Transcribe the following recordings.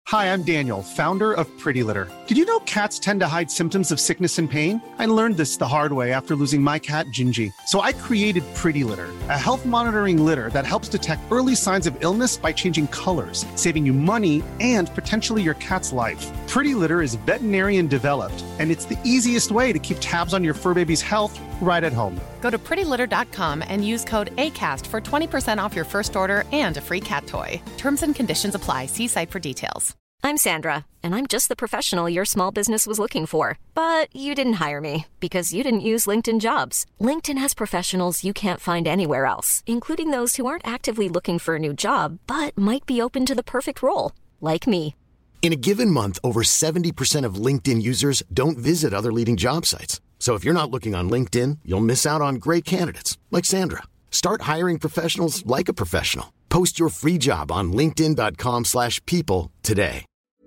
Hi, I'm Daniel, founder of Pretty Litter. Did you know cats tend to hide symptoms of sickness and pain? I learned this the hard way after losing my cat, Gingy. So I created Pretty Litter, a health monitoring litter that helps detect early signs of illness by changing colors, saving you money and potentially your cat's life. Pretty Litter is veterinarian developed, and it's the easiest way to keep tabs on your fur baby's health right at home. Go to prettylitter.com and use code ACAST for 20% off your first order and a free cat toy. Terms and conditions apply. See site for details. I'm Sandra, and I'm just the professional your small business was looking for. But you didn't hire me because you didn't use LinkedIn Jobs. LinkedIn has professionals you can't find anywhere else, including those who aren't actively looking for a new job, but might be open to the perfect role, like me. In a given month, over 70% of LinkedIn users don't visit other leading job sites. So if you're not looking on LinkedIn, you'll miss out on great candidates like Sandra. Start hiring professionals like a professional. Post your free job on linkedin.com/people today.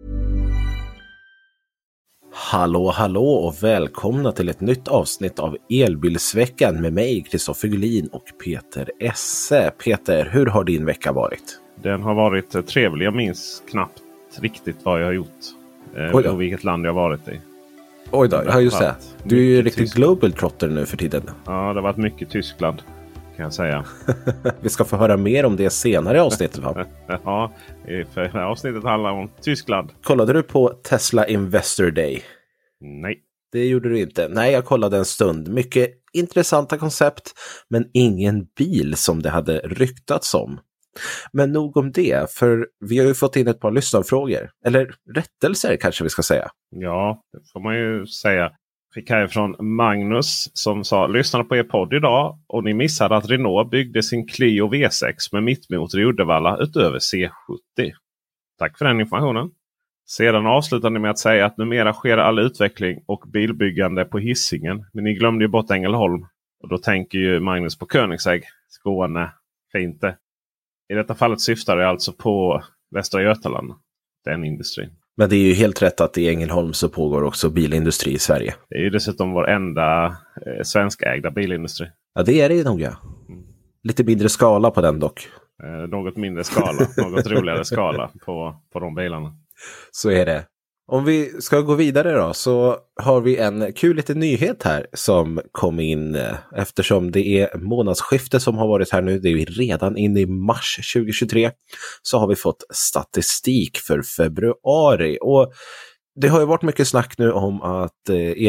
Hallå och välkomna till ett nytt avsnitt av Elbilsveckan med mig, Kristoffer Gullin och Peter Esse. Peter, hur har din vecka varit? Den har varit trevlig. Jag minns knappt riktigt vad jag har gjort. Och vilket land jag har varit i. Oj då, jag har ju sett. Du är ju riktigt global trotter nu för tiden. Ja, det har varit mycket Tyskland, kan jag säga. Vi ska få höra mer om det senare i avsnittet, va? Ja, för det här avsnittet handlar om Tyskland. Kollade du på Tesla Investor Day? Nej. Det gjorde du inte. Nej, jag kollade en stund. Mycket intressanta koncept, men ingen bil som det hade ryktats om. Men nog om det, för vi har ju fått in ett par lyssnarfrågor. Eller rättelser kanske vi ska säga. Ja, det får man ju säga. Fick här från Magnus som sa: lyssnade på er podd idag och ni missade att Renault byggde sin Clio V6 med mittmotor i Uddevalla utöver C70. Tack för den informationen. Sedan avslutade ni med att säga att numera sker all utveckling och bilbyggande på Hisingen. Men ni glömde ju bort Ängelholm. Och då tänker ju Magnus på Koenigsegg, Skåne, fint det. I detta fallet syftar det alltså på Västra Götaland, den industrin. Men det är ju helt rätt att i Ängelholm så pågår också bilindustri i Sverige. Det är ju dessutom vår enda svenskägda bilindustri. Ja, det är det nog, ja. Lite mindre skala på den dock. Något mindre skala, något roligare skala på de bilarna. Så är det. Om vi ska gå vidare då, så har vi en kul liten nyhet här som kom in eftersom det är månadsskifte som har varit här nu. Det är ju redan inne i mars 2023, så har vi fått statistik för februari. Och det har ju varit mycket snack nu om att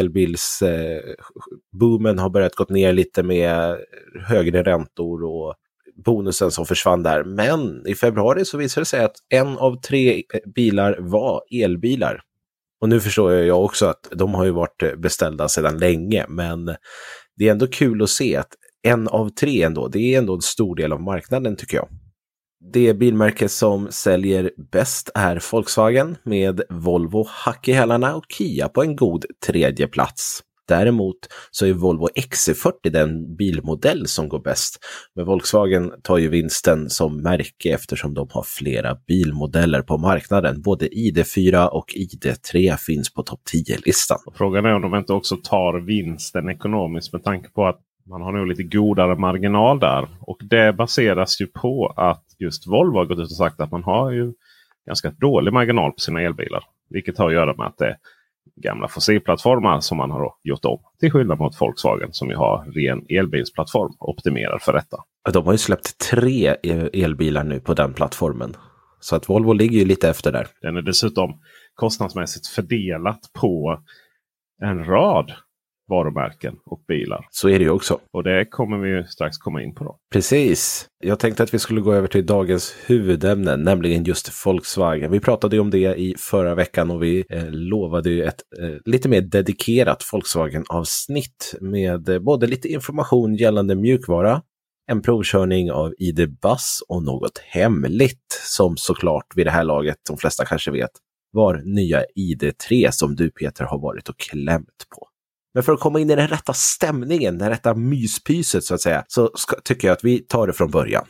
elbilsboomen har börjat gått ner lite med högre räntor och bonusen som försvann där. Men i februari så visade det sig att 1 av 3 bilar var elbilar. Och nu förstår jag också att de har ju varit beställda sedan länge, men det är ändå kul att se att 1 av 3 ändå, det är ändå en stor del av marknaden tycker jag. Det bilmärke som säljer bäst är Volkswagen med Volvo hack i hälarna och Kia på en god 3:e plats. Däremot så är Volvo XC40 den bilmodell som går bäst. Men Volkswagen tar ju vinsten som märke eftersom de har flera bilmodeller på marknaden. Både ID4 och ID3 finns på topp 10-listan. Frågan är om de inte också tar vinsten ekonomiskt med tanke på att man har nog lite godare marginal där. Och det baseras ju på att just Volvo har gått ut och sagt att man har ju ganska dålig marginal på sina elbilar. Vilket har att göra med att det är gamla fossilplattformar som man har gjort om. Till skillnad mot Volkswagen som ju har ren elbilsplattform optimerad för detta. De har ju släppt 3 elbilar nu på den plattformen. Så att Volvo ligger ju lite efter där. Den är dessutom kostnadsmässigt fördelat på en rad varumärken och bilar. Så är det ju också. Och det kommer vi ju strax komma in på då. Precis. Jag tänkte att vi skulle gå över till dagens huvudämne, nämligen just Volkswagen. Vi pratade ju om det i förra veckan och vi lovade ju ett lite mer dedikerat Volkswagen-avsnitt med både lite information gällande mjukvara, en provkörning av ID Buzz och något hemligt som såklart vid det här laget, de flesta kanske vet, var nya ID3 som du Peter har varit och klämt på. Men för att komma in i den rätta stämningen, det rätta myspyset så att säga, så tycker jag att vi tar det från början.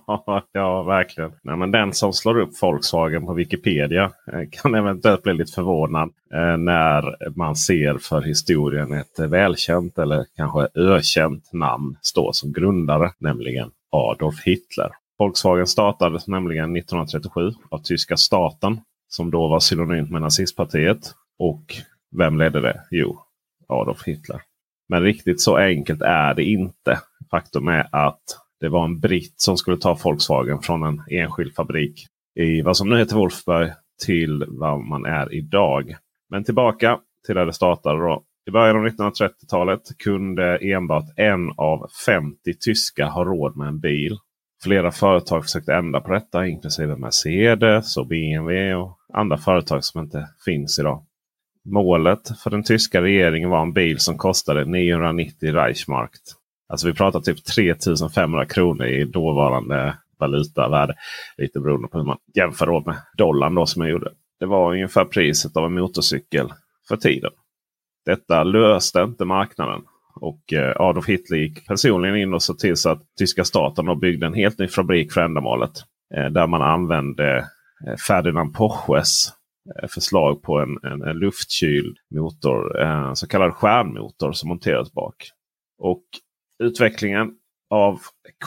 Ja, verkligen. Nej, men den som slår upp Volkswagen på Wikipedia kan eventuellt bli lite förvånad när man ser för historien ett välkänt eller kanske ökänt namn stå som grundare, nämligen Adolf Hitler. Volkswagen startades nämligen 1937 av tyska staten som då var synonymt med nazistpartiet. Och vem ledde det? Jo, Adolf Hitler. Men riktigt så enkelt är det inte. Faktum är att det var en britt som skulle ta Volkswagen från en enskild fabrik i vad som nu heter Wolfsburg till vad man är idag. Men tillbaka till där det startade då. I början av 1930-talet kunde enbart en av 50 tyskar ha råd med en bil. Flera företag försökte ändra på detta, inklusive Mercedes och BMW och andra företag som inte finns idag. Målet för den tyska regeringen var en bil som kostade 990 Reichsmark. Alltså vi pratar typ 3500 kronor i dåvarande valutavärde. Lite beroende på hur man jämför med dollarn då som jag gjorde. Det var ungefär priset av en motorcykel för tiden. Detta löste inte marknaden. Och Adolf Hitler gick personligen in och såg till så att tyska staten då byggde en helt ny fabrik för ändamålet. Där man använde Ferdinand Porsches förslag på en luftkyld motor. En så kallad stjärnmotor som monterades bak. Och utvecklingen av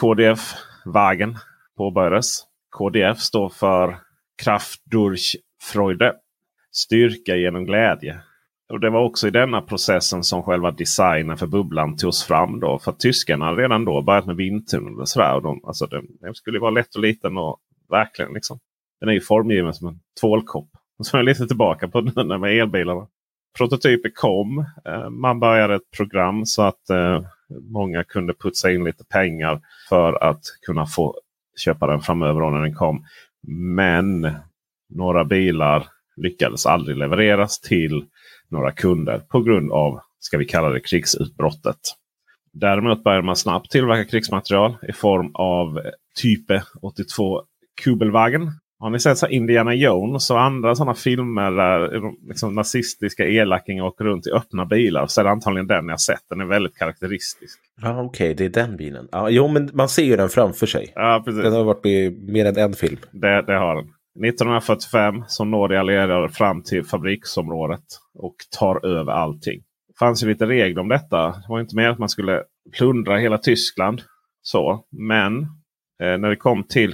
KDF-wagen påbörjades. KDF står för Kraft durch Freude. Styrka genom glädje. Och det var också i denna processen som själva designen för bubblan togs fram då. För att tyskarna redan då börjat med vindtunnel och sådär. Och den skulle vara lätt och liten och verkligen liksom. Den är ju formgiven som en tvålkopp. Och så är jag lite tillbaka på den med elbilarna. Prototyper kom. Man började ett program så att många kunde putsa in lite pengar för att kunna få köpa den framöver när den kom. Men några bilar lyckades aldrig levereras till några kunder på grund av, ska vi kalla det, krigsutbrottet. Däremot började man snabbt tillverka krigsmaterial i form av Type 82 Kubelwagen. Har ni sett så Indiana Jones och andra sådana filmer där liksom nazistiska elakingar åker runt i öppna bilar? Så är det antagligen den jag sett. Den är väldigt karaktäristisk. Ja, okej, det är den bilen. Ja, jo, men man ser ju den framför sig. Ja, precis. Den har varit med mer än en film. Det har den. 1945 så når de allierade fram till fabriksområdet och tar över allting. Det fanns ju lite regler om detta. Det var inte mer att man skulle plundra hela Tyskland. Så. Men när det kom till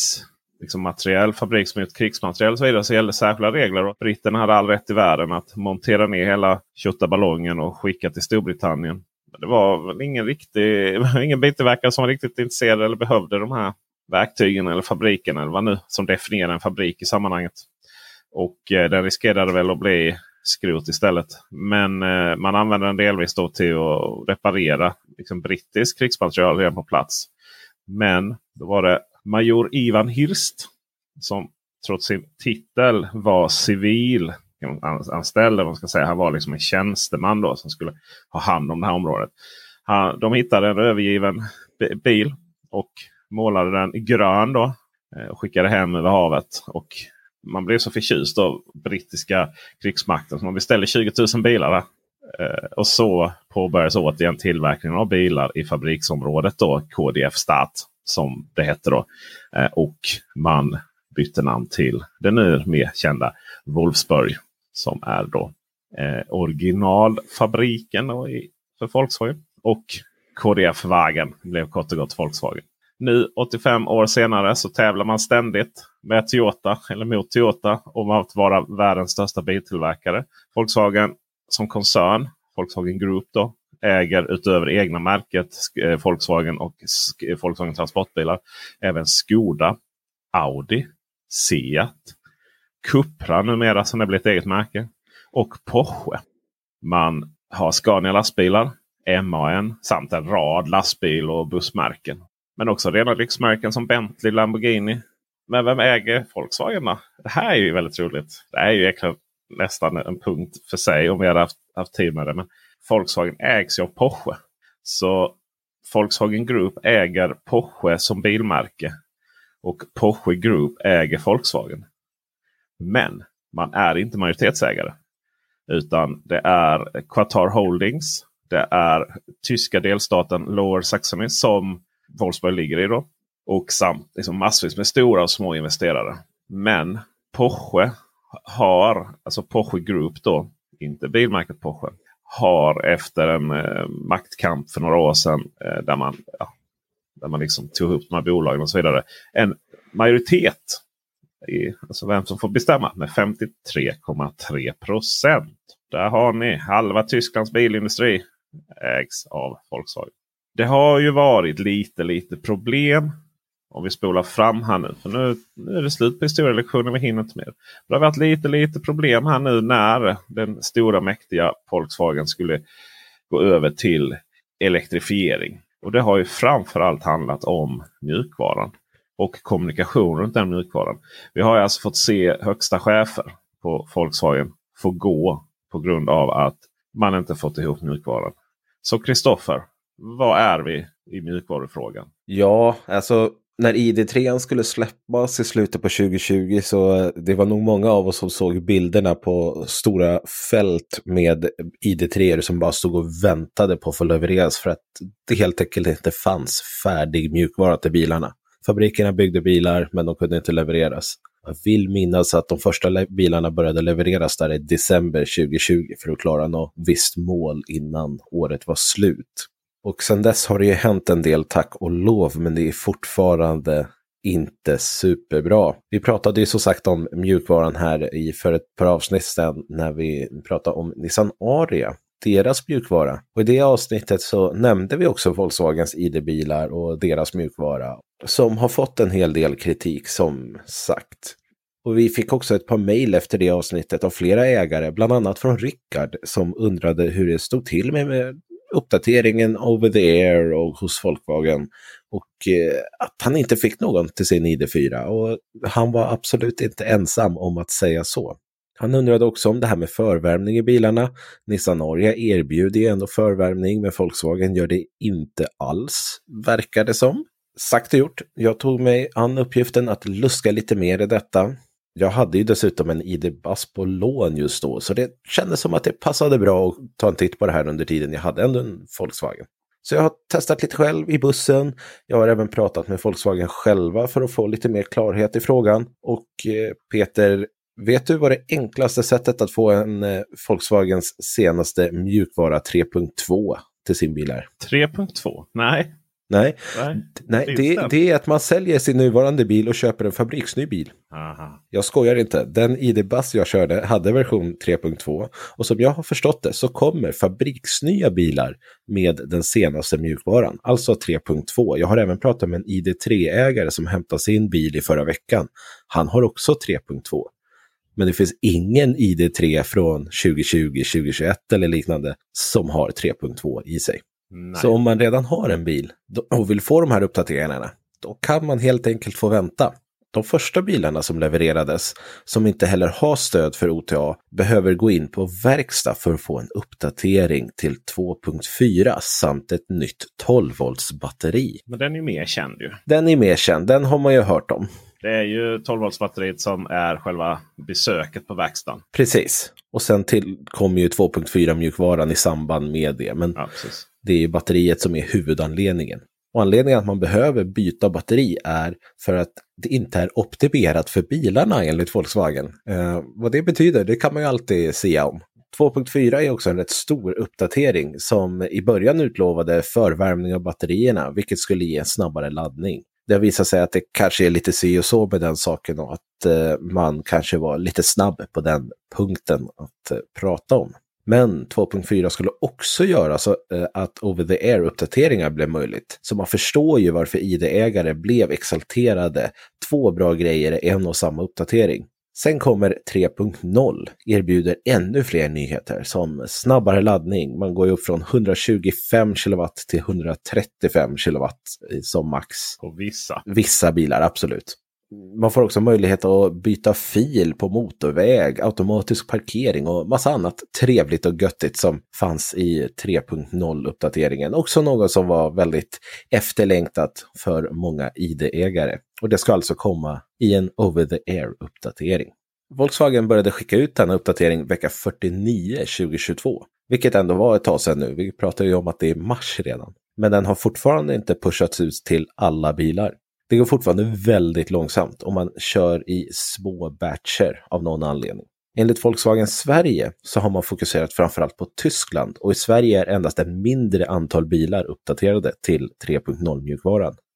materiell, fabrik som gjort krigsmateriel så vidare, så gällde särskilda regler. Och britterna hade all rätt i världen att montera ner hela tjottaballongen och skicka till Storbritannien. Men det var väl ingen biltillverkare som var riktigt intresserad eller behövde de här verktygen eller fabriken eller vad nu som definierar en fabrik i sammanhanget. Och den riskerade väl att bli skrot istället. Men man använde den delvis då till att reparera brittisk krigsmaterial redan på plats. Men då var det major Ivan Hirst som trots sin titel var civil anställd. Man ska säga. Han var liksom en tjänsteman då som skulle ha hand om det här området. De hittade en övergiven bil och målade den grön då och skickade hem över havet. Och man blev så förtjust av brittiska krigsmakten så man beställde 20 000 bilar där. Och så påbörjades återigen tillverkningen av bilar i fabriksområdet då, KDF Stad som det hette då. Och man bytte namn till den nu mer kända Wolfsburg som är då originalfabriken då för Volkswagen. Och KDF-wagen blev kort och gott Volkswagen. Nu 85 år senare så tävlar man ständigt med Toyota eller mot Toyota om att vara världens största biltillverkare. Volkswagen som koncern, Volkswagen Group då, äger utöver egna märket Volkswagen och Volkswagen transportbilar även Skoda, Audi, Seat, Cupra numera som det blir ett eget märke och Porsche. Man har Scania lastbilar, MAN samt en rad lastbil- och bussmärken. Men också rena lyxmärken som Bentley, Lamborghini. Men vem äger Volkswagen då? Det här är ju väldigt roligt. Det är ju egentligen nästan en punkt för sig om vi hade haft tid med det. Men Volkswagen ägs ju av Porsche. Så Volkswagen Group äger Porsche som bilmärke. Och Porsche Group äger Volkswagen. Men man är inte majoritetsägare. Utan det är Qatar Holdings. Det är tyska delstaten Lower Saxony som Wolfsburg ligger i då. Och samt liksom massvis med stora och små investerare. Men Porsche har, alltså Porsche Group då, inte bilmärket Porsche, har efter en maktkamp för några år sedan där man liksom tog upp de här bolagen och så vidare, en majoritet Alltså vem som får bestämma med 53,3%. Där har ni halva Tysklands bilindustri ägs av Volkswagen. Det har ju varit lite problem. Om vi spolar fram här nu. För nu är det slut på historielektionen. Vi hinner inte mer. Det har varit lite problem här nu när den stora mäktiga Volkswagen skulle gå över till elektrifiering. Och det har ju framförallt handlat om mjukvaran. Och kommunikation runt den mjukvaran. Vi har alltså fått se högsta chefer på Volkswagen få gå på grund av att man inte fått ihop mjukvaran. Så Christoffer, vad är vi i mjukvarufrågan? Ja, alltså när ID3 skulle släppas i slutet på 2020 så det var nog många av oss som såg bilderna på stora fält med ID3 som bara stod och väntade på att få levereras för att det helt enkelt inte fanns färdig mjukvara till bilarna. Fabrikerna byggde bilar men de kunde inte levereras. Jag vill minnas att de första bilarna började levereras där i december 2020 för att klara något visst mål innan året var slut. Och sen dess har det ju hänt en del, tack och lov, men det är fortfarande inte superbra. Vi pratade ju så sagt om mjukvaran här för ett par avsnitt sedan när vi pratade om Nissan Ariya, deras mjukvara. Och i det avsnittet så nämnde vi också Volkswagens ID-bilar och deras mjukvara som har fått en hel del kritik som sagt. Och vi fick också ett par mejl efter det avsnittet av flera ägare, bland annat från Rickard som undrade hur det stod till med uppdateringen over the air och hos Volkswagen och att han inte fick någon till sin ID4 och han var absolut inte ensam om att säga så. Han undrade också om det här med förvärmning i bilarna. Nissan Ariya erbjuder ju ändå förvärmning men Volkswagen gör det inte alls, verkar det som. Sagt och gjort, jag tog mig an uppgiften att luska lite mer i detta. Jag hade ju dessutom en ID-Buzz på lån just då så det kändes som att det passade bra att ta en titt på det här under tiden jag hade ändå en Volkswagen. Så jag har testat lite själv i bussen. Jag har även pratat med Volkswagen själva för att få lite mer klarhet i frågan. Och Peter, vet du vad det enklaste sättet att få en Volkswagens senaste mjukvara 3.2 till sin bil är? 3.2? Nej. Nej, det är att man säljer sin nuvarande bil och köper en fabriksny bil. Aha. Jag skojar inte. Den ID-Buzz jag körde hade version 3.2 och som jag har förstått det så kommer fabriksnya bilar med den senaste mjukvaran, alltså 3.2. Jag har även pratat med en ID3-ägare som hämtade sin bil i förra veckan. Han har också 3.2. Men det finns ingen ID3 från 2020, 2021 eller liknande som har 3.2 i sig. Nej. Så om man redan har en bil och vill få de här uppdateringarna, då kan man helt enkelt få vänta. De första bilarna som levererades, som inte heller har stöd för OTA, behöver gå in på verkstad för att få en uppdatering till 2.4 samt ett nytt 12-volts batteri. Men den är ju mer känd ju. Den är mer känd, den har man ju hört om. Det är ju 12-volts batteriet som är själva besöket på verkstaden. Precis, och sen kommer ju 2.4 mjukvaran i samband med det. Men ja, det är ju batteriet som är huvudanledningen. Och anledningen att man behöver byta batteri är för att det inte är optimerat för bilarna enligt Volkswagen. Vad det betyder, det kan man ju alltid säga om. 2.4 är också en rätt stor uppdatering som i början utlovade förvärmning av batterierna, vilket skulle ge en snabbare laddning. Det har visat sig att det kanske är lite sy och så med den saken och att man kanske var lite snabb på den punkten att prata om. Men 2.4 skulle också göra så att over-the-air-uppdateringar blev möjligt. Så man förstår ju varför ID-ägare blev exalterade. 2 bra grejer i en och samma uppdatering. Sen kommer 3.0, erbjuder ännu fler nyheter som snabbare laddning. Man går ju upp från 125 kW till 135 kW som max. På vissa bilar, absolut. Man får också möjlighet att byta fil på motorväg, automatisk parkering och massa annat trevligt och göttigt som fanns i 3.0-uppdateringen. Också något som var väldigt efterlängtat för många ID-ägare. Och det ska alltså komma i en over-the-air-uppdatering. Volkswagen började skicka ut denna uppdatering vecka 49 2022, vilket ändå var ett tag sedan nu. Vi pratar ju om att det är mars redan. Men den har fortfarande inte pushats ut till alla bilar. Det går fortfarande väldigt långsamt om man kör i små batcher av någon anledning. Enligt Volkswagen Sverige så har man fokuserat framförallt på Tyskland och i Sverige är endast ett mindre antal bilar uppdaterade till 3.0-mjukvaran.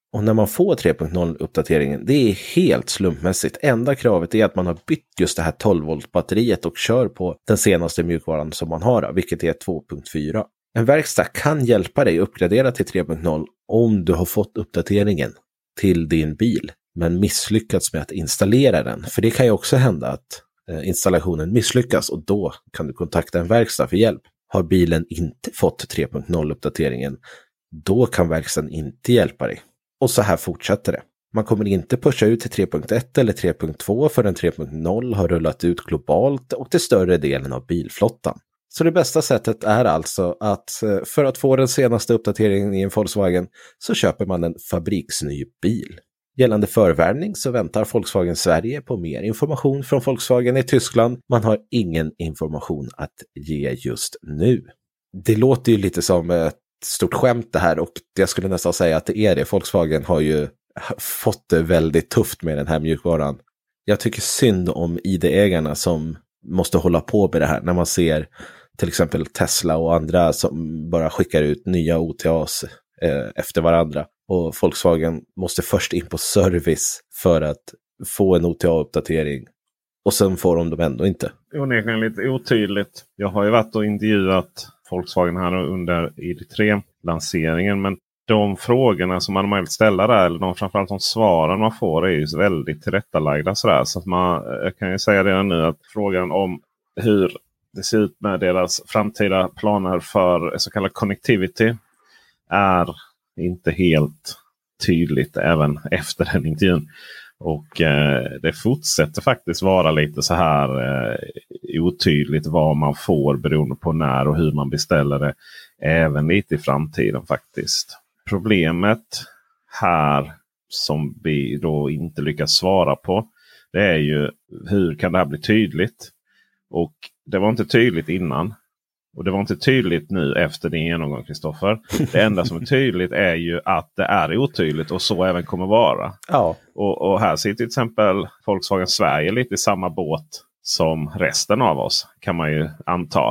Och när man får 3.0-uppdateringen, det är helt slumpmässigt. Enda kravet är att man har bytt just det här 12-volt-batteriet och kör på den senaste mjukvaran som man har, vilket är 2.4. En verkstad kan hjälpa dig uppgradera till 3.0 om du har fått uppdateringen till din bil, men misslyckats med att installera den. För det kan ju också hända att installationen misslyckas och då kan du kontakta en verkstad för hjälp. Har bilen inte fått 3.0-uppdateringen, då kan verkstaden inte hjälpa dig. Och så här fortsätter det. Man kommer inte pusha ut till 3.1 eller 3.2 förrän 3.0 har rullat ut globalt och till större delen av bilflottan. Så det bästa sättet är alltså att för att få den senaste uppdateringen i en Volkswagen så köper man en fabriksny bil. Gällande förvärvning så väntar Volkswagen Sverige på mer information från Volkswagen i Tyskland. Man har ingen information att ge just nu. Det låter ju lite som ett stort skämt det här och jag skulle nästan säga att det är det. Volkswagen har ju fått det väldigt tufft med den här mjukvaran. Jag tycker synd om ID-ägarna som måste hålla på med det här när man ser till exempel Tesla och andra som bara skickar ut nya OTAs efter varandra. Och Volkswagen måste först in på service för att få en OTA-uppdatering. Och sen får de dem ändå inte. Onekligen lite otydligt. Jag har ju varit och intervjuat Volkswagen här under ID3-lanseringen. Men de frågorna som man möjligt ställa där, eller framförallt de svaren man får, är ju väldigt tillrättalagda. Så att jag kan ju säga redan nu att frågan om hur det ser ut med deras framtida planer för så kallad connectivity är inte helt tydligt även efter den intervjun. Och det fortsätter faktiskt vara lite så här otydligt vad man får beroende på när och hur man beställer det. Även lite i framtiden faktiskt. Problemet här som vi då inte lyckas svara på, det är ju hur kan det här bli tydligt? Och det var inte tydligt innan. Och det var inte tydligt nu efter din genomgång, Kristoffer. Det enda som är tydligt är ju att det är otydligt och så även kommer vara. Ja. Och här sitter till exempel Volkswagen Sverige lite i samma båt som resten av oss, kan man ju anta.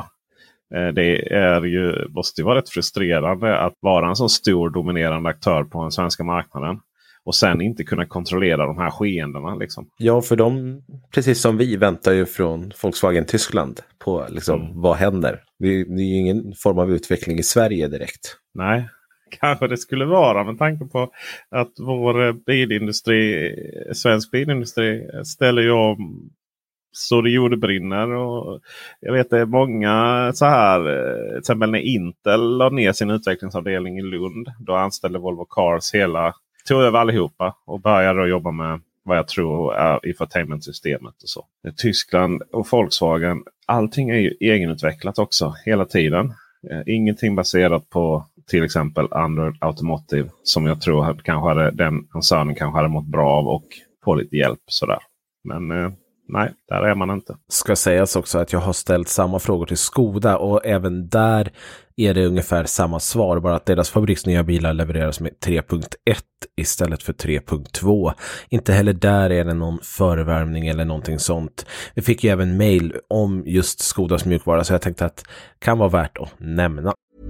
Det är ju, måste ju vara rätt frustrerande att vara en så stor dominerande aktör på den svenska marknaden. Och sen inte kunna kontrollera de här skeendena. Liksom. Ja, för de, precis som vi, väntar ju från Volkswagen Tyskland på vad händer. Det är ju ingen form av utveckling i Sverige direkt. Nej, kanske det skulle vara med tanke på att vår bilindustri, svensk bilindustri, ställer ju om så det jordbrinner. Och jag vet det är många så här, till exempel när Intel la ner sin utvecklingsavdelning i Lund, då anställde Volvo Cars tog över allihopa och började då jobba med vad jag tror är infotainmentsystemet och så. Tyskland och Volkswagen, allting är ju egenutvecklat också hela tiden. Ingenting baserat på till exempel Android Automotive som jag tror den koncernen kanske hade mått bra av och få lite hjälp sådär. Men nej, där är man inte. Ska sägas också att jag har ställt samma frågor till Skoda och även där är det ungefär samma svar, bara att deras fabriksnya bilar levereras med 3.1 istället för 3.2. Inte heller där är det någon förvärmning eller någonting sånt. Vi fick ju även mejl om just Skodas mjukvara så jag tänkte att det kan vara värt att nämna.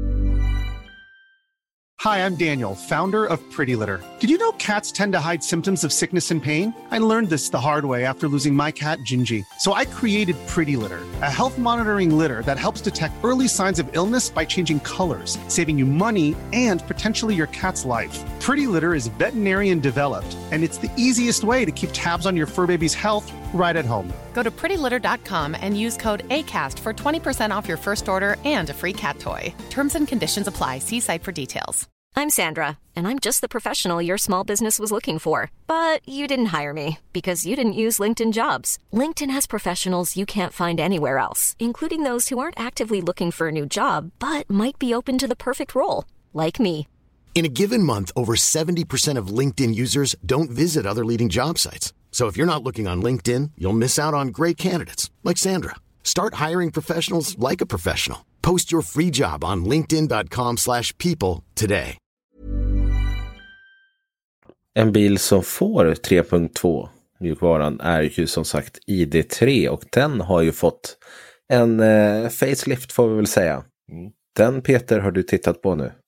Hi, I'm Daniel, founder of Pretty Litter. Did you know cats tend to hide symptoms of sickness and pain? I learned this the hard way after losing my cat, Gingy. So I created Pretty Litter, a health monitoring litter that helps detect early signs of illness by changing colors, saving you money and potentially your cat's life. Pretty Litter is veterinarian developed, and it's the easiest way to keep tabs on your fur baby's health right at home. Go to prettylitter.com and use code ACAST for 20% off your first order and a free cat toy. Terms and conditions apply. See site for details. I'm Sandra, and I'm just the professional your small business was looking for. But you didn't hire me because you didn't use LinkedIn Jobs. LinkedIn has professionals you can't find anywhere else, including those who aren't actively looking for a new job, but might be open to the perfect role, like me. In a given month, over 70% of LinkedIn users don't visit other leading job sites. So if you're not looking on LinkedIn, you'll miss out on great candidates like Sandra. Start hiring professionals like a professional. Post your free job on linkedin.com/people today. En bil som får 3.2 mjukvaran är ju som sagt ID3 och den har ju fått en facelift får vi väl säga. Den Peter har du tittat på nu?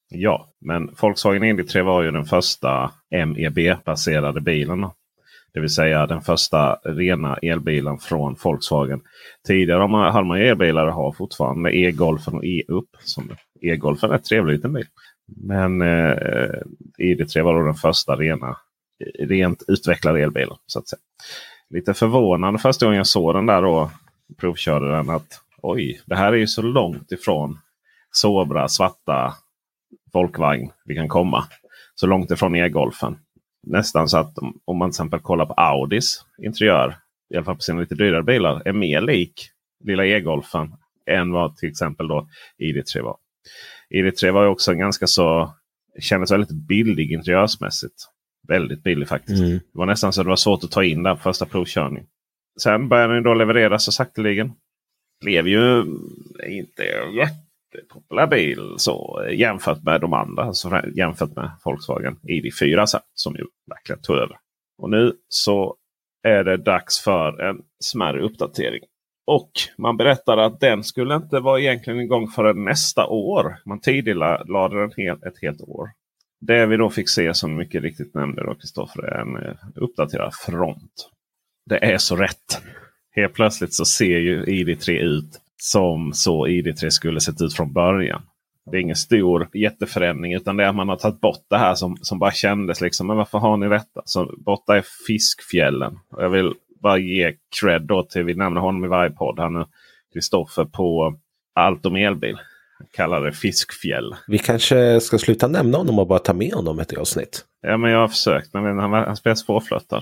Ja, men Volkswagen ID3 var ju den första MEB-baserade bilen. Det vill säga den första rena elbilen från Volkswagen. Tidigare hade man elbilar och har fortfarande E-Golfen och E-Up. E-Golfen är en trevlig liten bil. Men ID3 var då den första rent utvecklade elbilen. Så att säga. Lite förvånande första gången jag såg den där och provkörde den att oj, det här är ju så långt ifrån sobra, svarta folkvagn vi kan komma. Så långt ifrån E-Golfen. Nästan så att om man till exempel kollar på Audis interiör, i alla fall på sina lite dyrare bilar, är mer lik lilla E-Golfen än vad till exempel då ID3 var. ID3 var ju också en ganska så, kändes väldigt billig interiörsmässigt. Väldigt billig faktiskt. Det var nästan så det var svårt att ta in där på första provkörning. Sen började den då levereras så sakteligen. Blev ju inte jättepopulär bil så jämfört med de andra. Alltså jämfört med Volkswagen ID4 som ju verkligen tog över. Och nu så är det dags för en smärre uppdatering. Och man berättade att den skulle inte vara egentligen igång förrän nästa år. Man tidigare den ett helt år. Det vi då fick se, som mycket riktigt nämnde då Kristoffer, är en uppdaterad front. Det är så rätt. Helt plötsligt så ser ju ID3 ut som så ID3 skulle sett ut från början. Det är ingen stor jätteförändring, utan det är att man har tagit bort det här som bara kändes liksom. Men varför har ni detta? Så borta är Fiskfjällen. Och jag vill bara ge cred då till, vi nämner honom i varje podd här nu, Kristoffer på Allt om elbil. Kallar det Fiskfjäll. Vi kanske ska sluta nämna honom och bara ta med honom ett avsnitt. Ja, men jag har försökt. Men han spelar svårflöttar.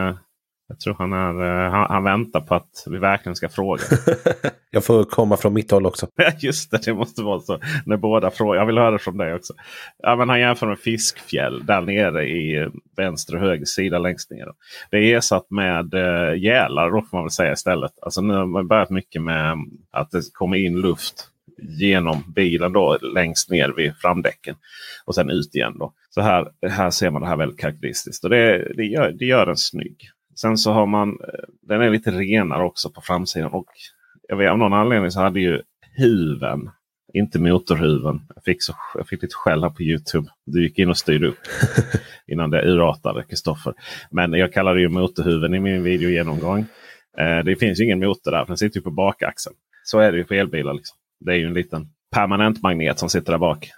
Han väntar på att vi verkligen ska fråga. Jag får komma från mitt håll också. Ja, just det. Det måste vara så. När båda frågar. Jag vill höra från dig också. Ja, men han jämför med Fiskfjäll där nere i vänster och höger sida längst ner. Det är ersatt med gälar då får man väl säga istället. Alltså nu har man börjat mycket med att det kommer in luft genom bilen då längst ner vid framdäcken och sen ut igen då. Så här ser man det här väldigt karaktäristiskt och det gör den snygg. Sen så har man, den är lite renare också på framsidan och jag vet av någon anledning så hade ju huven, inte motorhuven. Jag fick lite skäll här på YouTube. Du gick in och styrde upp innan det urratade Kristoffer. Men jag kallar det ju motorhuven i min videogenomgång. Det finns ju ingen motor där, den sitter ju på bakaxeln. Så är det ju på elbilar liksom. Det är ju en liten permanent magnet som sitter där bak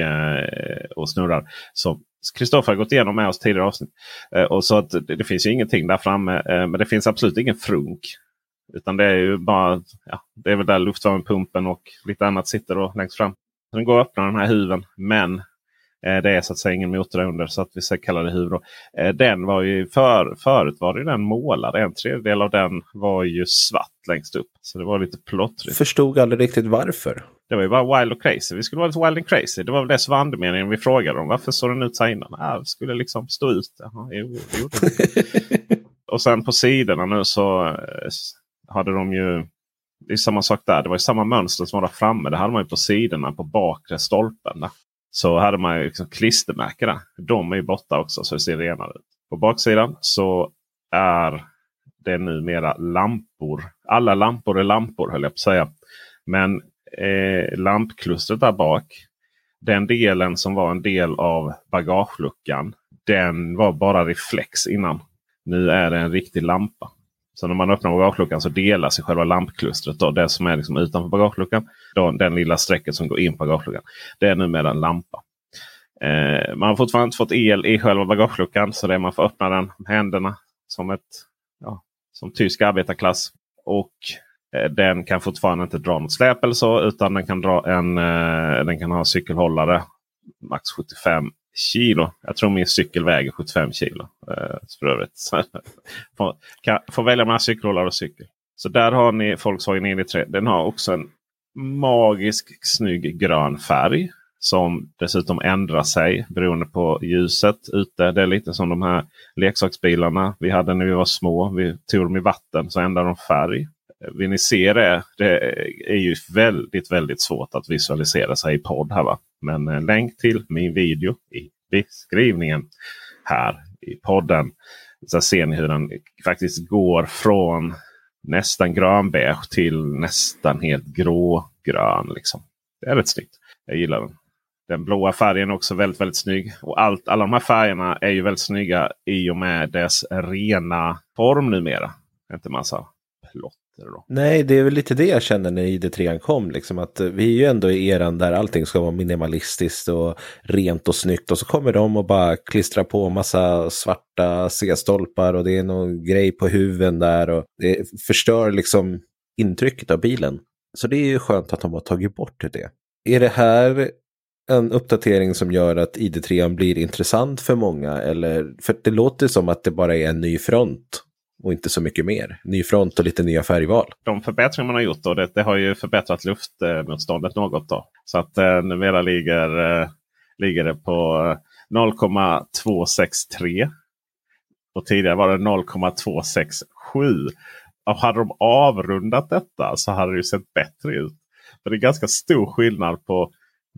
och snurrar. Så Kristoffer har gått igenom med oss tidigare avsnitt. Och så att det finns ju ingenting där framme. Men det finns absolut ingen frunk. Utan det är ju bara, det är väl där luftvärmepumpen och lite annat sitter då längst fram. Den går att öppna den här huven. Men det är så att säga ingen motor under, så att vi ska kalla det huv då. Den var ju förut var det den målad. 1/3 av den var ju svart längst upp. Så det var lite plottrigt. Förstod aldrig riktigt varför. Det var ju bara wild och crazy. Vi skulle vara lite wild and crazy. Det var väl det som var andemeningen vi frågade om. Varför såg den ut så här innan? Det skulle liksom stå ut. Jaha, jo, det gjorde det. Och sen på sidorna nu så hade de ju, det är samma sak där. Det var ju samma mönster som var där framme. Det hade man ju på sidorna på bakre stolpen där. Så hade man ju liksom klistermärken där. De är ju borta också så det ser renare ut. På baksidan så är det numera lampor. Alla lampor är lampor höll jag på att säga. Men lampklustret där bak, den delen som var en del av bagageluckan, den var bara reflex innan. Nu är det en riktig lampa. Så när man öppnar bagageluckan så delar sig själva lampklustret. Då, det som är liksom utanför bagageluckan. Då, den lilla strecket som går in på bagageluckan. Det är numera en lampa. Man har fortfarande inte fått el i själva bagageluckan. Så det är man får öppna den med händerna. Som tysk arbetarklass. Och den kan fortfarande inte dra något släp eller så. Utan den kan dra den kan ha cykelhållare. Max 75 kilo. Jag tror min cykel väger 75 kilo. För övrigt. Får välja mellan cykelhållare och cykel. Så där har ni Volkswagen ID3. Den har också en magisk snygg grön färg. Som dessutom ändrar sig beroende på ljuset ute. Det är lite som de här leksaksbilarna vi hade när vi var små. Vi tog dem i vatten så ändrar de färg. Vill ni se det? Det är ju väldigt, väldigt svårt att visualisera sig i podd här va. Men länk till min video i beskrivningen här i podden. Så ser ni hur den faktiskt går från nästan grönbeige till nästan helt grågrön liksom. Det är rätt snyggt. Jag gillar den. Den blåa färgen är också väldigt, väldigt snygg. Och alla de här färgerna är ju väldigt snygga i och med dess rena form numera. Inte massa plotter då. Nej, det är väl lite det jag känner när ID3 kom. Liksom, att vi är ju ändå i eran där allting ska vara minimalistiskt och rent och snyggt. Och så kommer de och bara klistrar på massa svarta C-stolpar och det är någon grej på huven där. Och det förstör liksom intrycket av bilen. Så det är ju skönt att de har tagit bort det. Är det här en uppdatering som gör att ID3 blir intressant för många? Eller, för det låter som att det bara är en ny front och inte så mycket mer. Ny front och lite nya färgval. De förbättringar man har gjort då, det har ju förbättrat luftmotståndet något då. Så att numera ligger det på 0,263. Och tidigare var det 0,267. Och hade de avrundat detta så hade det ju sett bättre ut. För det är ganska stor skillnad på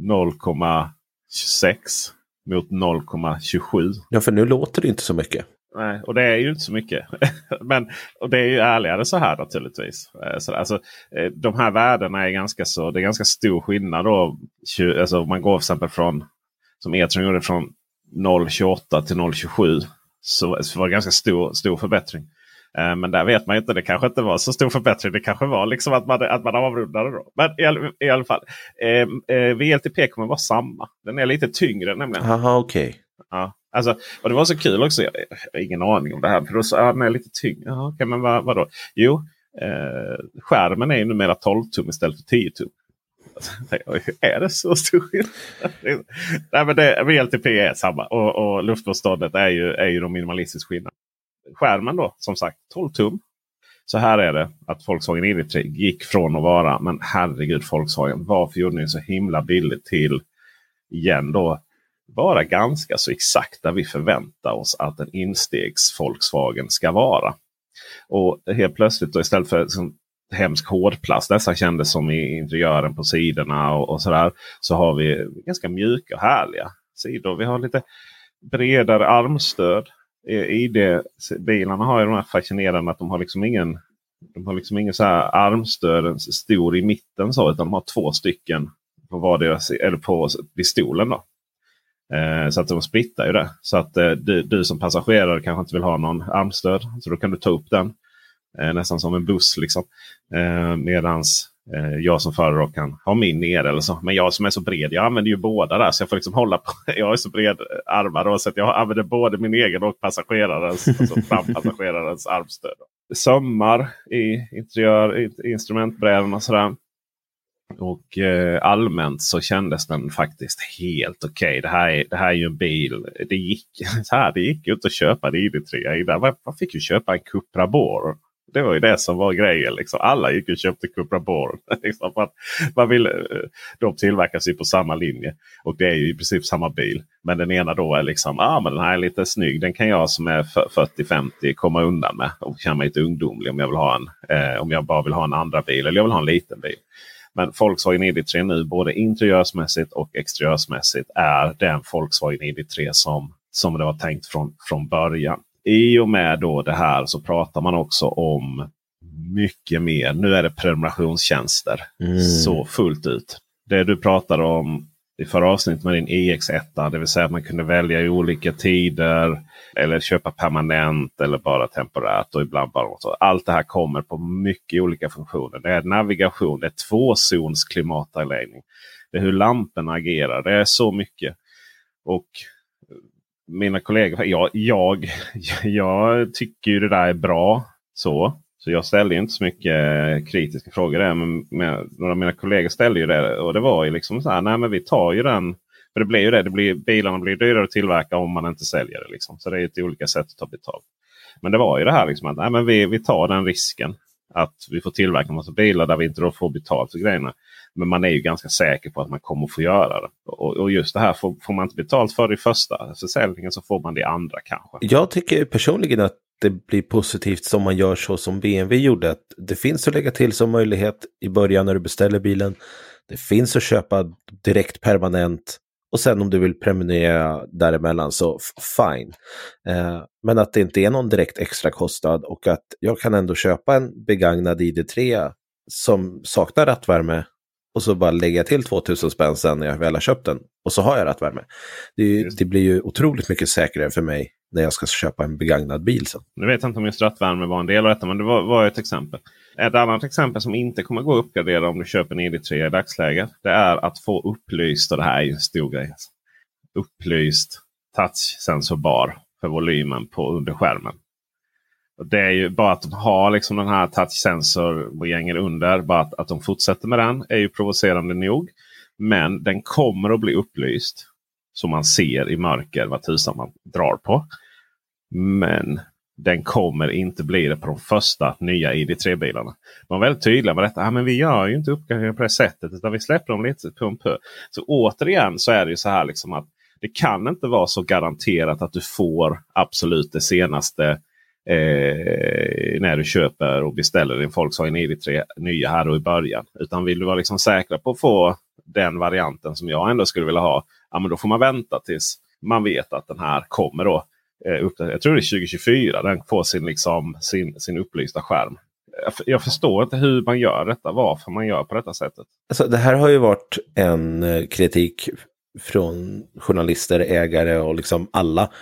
0,26 mot 0,27. Ja, för nu låter det inte så mycket. Nej, och det är ju inte så mycket. Och det är ju ärligare så här naturligtvis. Så, alltså, de här värdena är det är ganska stor skillnad då. Alltså, man går till exempel från, som E-tron gjorde, från 0,28 till 0,27. Så var det ganska stor förbättring. Men där vet man inte, det kanske inte var så stor förbättring. Det kanske var liksom att man avrundade då. Men i alla fall, VLTP kommer vara samma. Den är lite tyngre nämligen. Aha, okej. Okay. Ja, alltså, och det var så kul också. Jag har ingen aning om det här. För då sa den är lite tyngre. Ja, okej, men vadå? Jo, skärmen är ju numera 12 tum istället för 10 tum. Är det så stor skillnad? Nej, men VLTP är samma. Och luftmotståndet är ju de minimalistiskt skillnad. Skärmen då, som sagt, 12 tum. Så här är det att Volkswagen ID3 gick från att vara, men herregud Volkswagen, varför gjorde ni så himla billigt till igen då vara ganska så exakt där vi förväntar oss att en instegs Volkswagen ska vara. Och helt plötsligt då, istället för hemsk hårdplast nästan kändes som i interiören på sidorna och sådär, så har vi ganska mjuka och härliga sidor. Vi har lite bredare armstöd. ID-bilarna har ju de här fascinerande att de har liksom ingen så här armstöd stor i mitten så, utan de har 2 stycken på vardera, eller på pistolen då. Så att de splittar ju det. Så att du som passagerare kanske inte vill ha någon armstöd, så då kan du ta upp den nästan som en buss liksom. Medans jag som förare kan ha min ner eller så. Men jag som är så bred, jag använder ju båda där. Så jag får liksom hålla på. Jag är så bred armar då, så att jag använder både min egen och passagerarens, alltså frampassagerarens armstöd. Sömmar i instrumentbrädan och sådär. Och allmänt så kändes den faktiskt helt okej. Det här är ju en bil. Det gick ju inte att köpa en ID3. Man fick ju köpa en Cupra Born. Det var ju det som var grejen. Liksom. Alla gick och köpte Cupra Born. Liksom, för att de tillverkas ju på samma linje. Och det är ju i princip samma bil. Men den ena då är liksom, men den här är lite snygg. Den kan jag som är 40-50 komma undan med. Och känna mig lite ungdomlig om jag vill ha om jag bara vill ha en andra bil. Eller jag vill ha en liten bil. Men Volkswagen ID3 nu, både interiörsmässigt och exteriörsmässigt, är den Volkswagen ID3 som det var tänkt från början. I och med då det här så pratar man också om mycket mer. Nu är det prenumerationstjänster. Så fullt ut. Det du pratade om i förra avsnittet med din EX1, det vill säga att man kunde välja i olika tider eller köpa permanent eller bara temporärt och ibland bara något. Allt det här kommer på mycket olika funktioner. Det är navigation, det är 2-zons klimatavläggning. Det är hur lamporna agerar, det är så mycket. Och mina kollegor, jag tycker ju det där är bra så jag ställde inte så mycket kritiska frågor där, men några av mina kollegor ställde ju det, och det var ju liksom så här, nej men vi tar ju den, för det blir ju det, bilarna blir dyrare att tillverka om man inte säljer det liksom, så det är ett olika sätt att ta betalt. Men det var ju det här liksom att nej, men vi tar den risken att vi får tillverka en massa bilar där vi inte då får betalt för grejerna. Men man är ju ganska säker på att man kommer att få göra det. Och just det här får man inte betalt för i första försäljningen, så får man det i andra kanske. Jag tycker personligen att det blir positivt som man gör så som BMW gjorde. Att det finns att lägga till som möjlighet i början när du beställer bilen. Det finns att köpa direkt permanent. Och sen om du vill prenumerera däremellan så fine. Men att det inte är någon direkt extra kostnad och att jag kan ändå köpa en begagnad ID3 som saknar rattvärme och så bara lägga till 2000 spänn sen när jag väl har köpt den. Och så har jag rattvärme. Det blir ju otroligt mycket säkrare för mig när jag ska köpa en begagnad bil sen. Nu vet jag inte om just rattvärme var en del av detta, men det var ett exempel. Ett annat exempel som inte kommer gå att uppgradera om du köper en ID3 i dagsläget, det är att få upplyst, och det här är ju en stor grej, upplyst touch-sensorbar för volymen på underskärmen. Och det är ju bara att de har liksom den här touch-sensor-gängen under, bara att de fortsätter med den är ju provocerande nog. Men den kommer att bli upplyst så man ser i mörker vad tusan man drar på. Men den kommer inte bli det på de första nya ID3-bilarna. De var väldigt tydliga med detta. Men vi gör ju inte uppgraderingar på det sättet, utan vi släpper dem lite på en pö. Så återigen så är det ju så här liksom att det kan inte vara så garanterat att du får absolut det senaste när du köper och beställer din Volkswagen ID3 nya här och i början. Utan vill du vara liksom säker på att få den varianten som jag ändå skulle vilja ha, ja, men då får man vänta tills man vet att den här kommer då. Jag tror det är 2024 den får sin upplysta skärm. Jag förstår inte hur man gör detta, varför man gör på detta sättet. Alltså, det här har ju varit en kritik från journalister, ägare och liksom alla.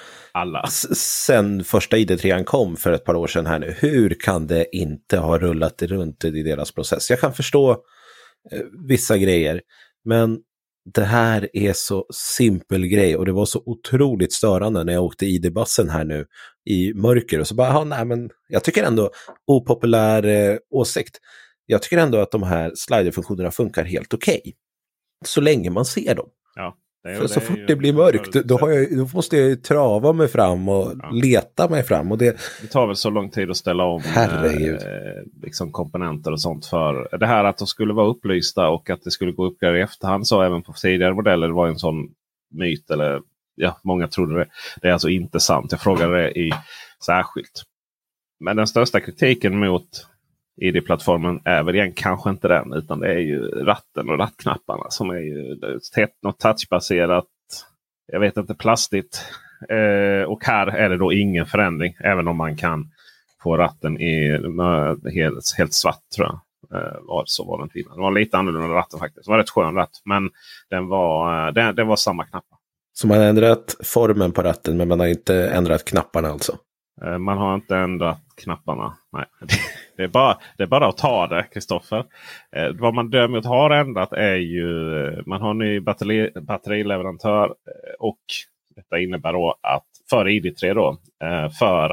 Sen första ID3 kom för ett par år sedan här nu. Hur kan det inte ha rullat runt i deras process? Jag kan förstå vissa grejer, men det här är så simpel grej och det var så otroligt störande när jag åkte ID-bussen här nu i mörker och så bara, nej men jag tycker ändå, opopulär åsikt, jag tycker ändå att de här sliderfunktionerna funkar helt okej. Så länge man ser dem. Ja. För så fort det blir mörkt då måste jag trava mig fram och leta mig fram. Och det tar väl så lång tid att ställa om liksom komponenter och sånt för det här att de skulle vara upplysta och att det skulle gå upp i efterhand. Så även på tidigare modeller, det var en sån myt, eller ja, många trodde det. Det är alltså inte sant. Jag frågade det i särskilt. Men den största kritiken mot ID-plattformen är väl igen kanske inte den, utan det är ju ratten och rattknapparna som är ju något touchbaserat, jag vet inte, plastigt. Och här är det då ingen förändring, även om man kan få ratten i helt svart, tror jag. Så var den tiden. Det var lite annorlunda ratten faktiskt. Det var rätt skön ratt, men den var samma knappar. Så man har ändrat formen på ratten, men man har inte ändrat knapparna alltså? Man har inte ändrat knapparna. Nej. Det är bara att ta det, Kristoffer. Vad man däremot har ändrat är ju, man har en ny batterileverantör och detta innebär då att för ID3 då, för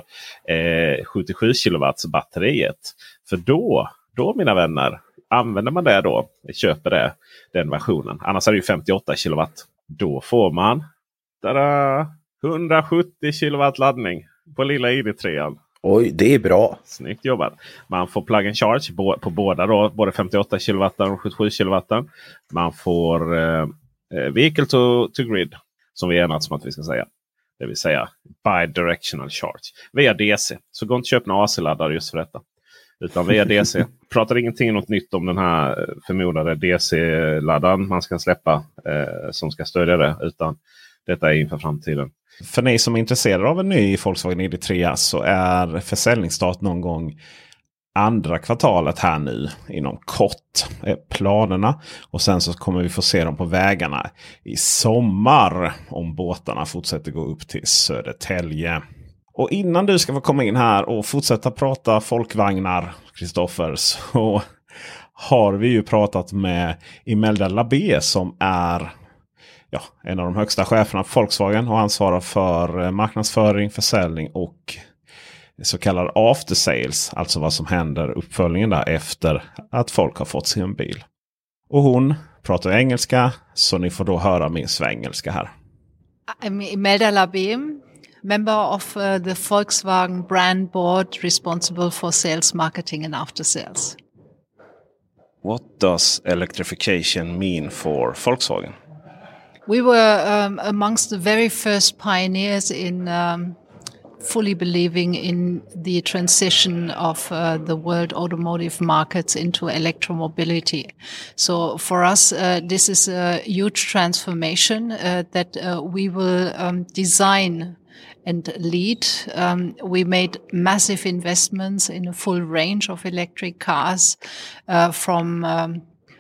77 kW batteriet. För då mina vänner, använder man det då, köper den versionen. Annars är det ju 58 kW. Då får man 170 kW laddning på lilla ID3. Oj, det är bra. Snyggt jobbat. Man får plug and charge på båda då, både 58 kW och 77 kW. Man får vehicle to grid, som vi enats om att vi ska säga. Det vill säga bidirectional charge via DC. Så gå inte köpa en AC-laddare just för detta. Utan via DC. Pratar ingenting något nytt om den här förmodade DC-laddaren man ska släppa som ska stödja det. Utan detta är inför framtiden. För ni som är intresserade av en ny Volkswagen ID3 så är försäljningsstart någon gång andra kvartalet här nu inom kort är planerna. Och sen så kommer vi få se dem på vägarna i sommar om båtarna fortsätter gå upp till Södertälje. Och innan du ska få komma in här och fortsätta prata folkvagnar, Kristoffer, så har vi ju pratat med Imelda Labé som är en av de högsta cheferna på Volkswagen och ansvarar för marknadsföring, försäljning och så kallad after sales. Alltså vad som händer, uppföljningen där efter att folk har fått sin bil. Och hon pratar engelska, så ni får då höra min svengelska här. I'm Imelda Labé, member of the Volkswagen brand board responsible for sales, marketing and after sales. What does electrification mean for Volkswagen? We were amongst the very first pioneers in fully believing in the transition of the world automotive markets into electromobility. So for us, this is a huge transformation that we will design and lead. We made massive investments in a full range of electric cars from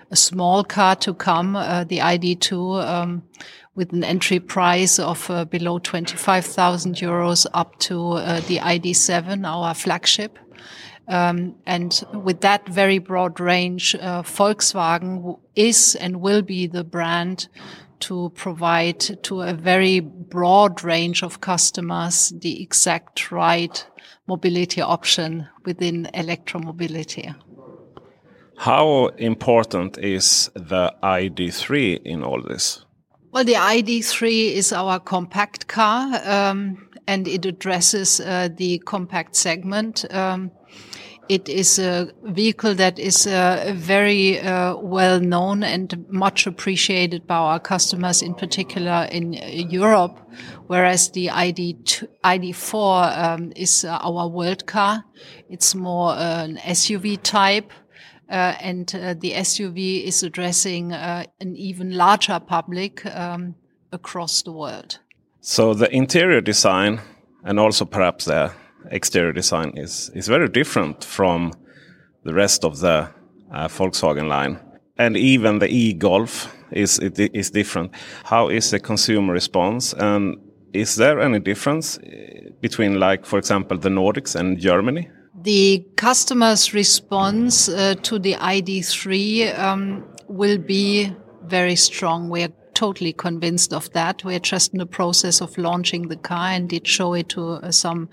a small car to come, the ID.2, with an entry price of below 25,000 euros up to the ID.7, our flagship. And with that very broad range, Volkswagen is and will be the brand to provide to a very broad range of customers the exact right mobility option within electromobility. How important is the ID.3 in all this? Well, the ID.3 is our compact car, and it addresses the compact segment. It is a vehicle that is very well known and much appreciated by our customers, in particular in Europe, whereas the ID.4 is our world car. It's more an SUV type. And the SUV is addressing an even larger public across the world. So the interior design and also perhaps the exterior design is very different from the rest of the Volkswagen line. And even the e-Golf is different. How is the consumer response? And is there any difference between, like, for example, the Nordics and Germany? The customer's response to the ID.3 will be very strong. We are totally convinced of that. We are just in the process of launching the car and did show it to some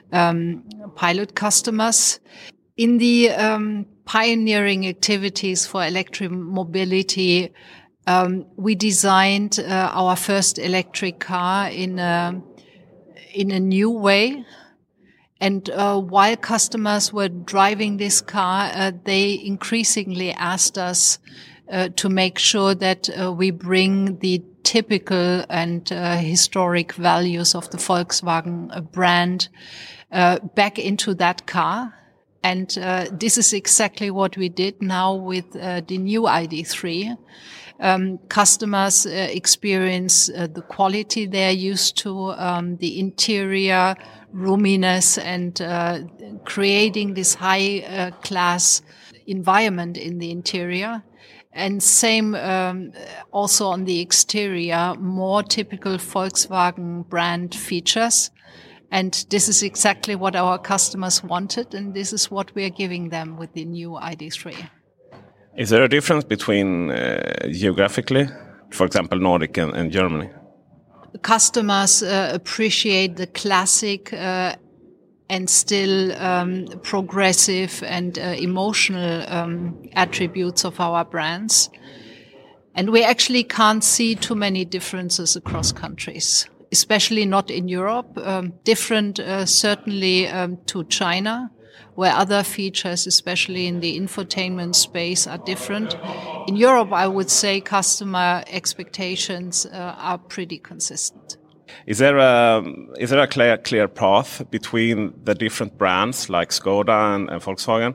pilot customers. In the pioneering activities for electric mobility, we designed our first electric car in a new way. And while customers were driving this car, they increasingly asked us to make sure that we bring the typical and historic values of the Volkswagen brand back into that car. And this is exactly what we did now with the new ID.3. Customers experience the quality they're used to, the interior roominess, and creating this high class environment in the interior. And same also on the exterior, more typical Volkswagen brand features. And this is exactly what our customers wanted, and this is what we are giving them with the new ID.3. Is there a difference between geographically, for example, Nordic and Germany? Customers appreciate the classic and still progressive and emotional attributes of our brands. And we actually can't see too many differences across countries, especially not in Europe. Different certainly to China, where other features, especially in the infotainment space, are different. In Europe, I would say customer expectations are pretty consistent. Is there a clear path between the different brands like Skoda and Volkswagen,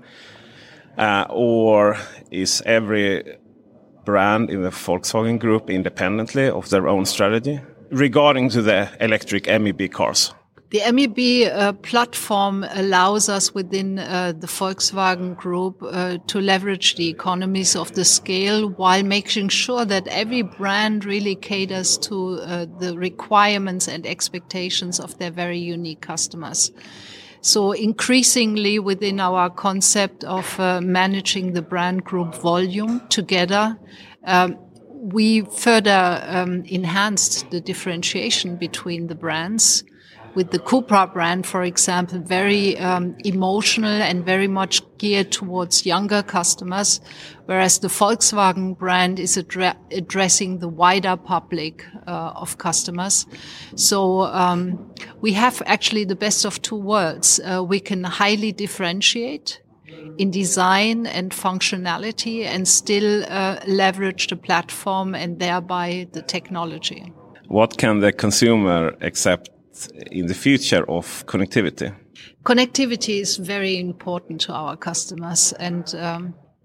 or is every brand in the Volkswagen Group independently of their own strategy regarding to the electric MEB cars? The MEB platform allows us within the Volkswagen Group to leverage the economies of the scale while making sure that every brand really caters to the requirements and expectations of their very unique customers. So increasingly within our concept of managing the brand group volume together, we further enhanced the differentiation between the brands. With the Cupra brand, for example, very emotional and very much geared towards younger customers, whereas the Volkswagen brand is addressing the wider public of customers. So we have actually the best of two worlds. We can highly differentiate in design and functionality and still leverage the platform and thereby the technology. What can the consumer accept in the future of connectivity? Connectivity is very important to our customers, and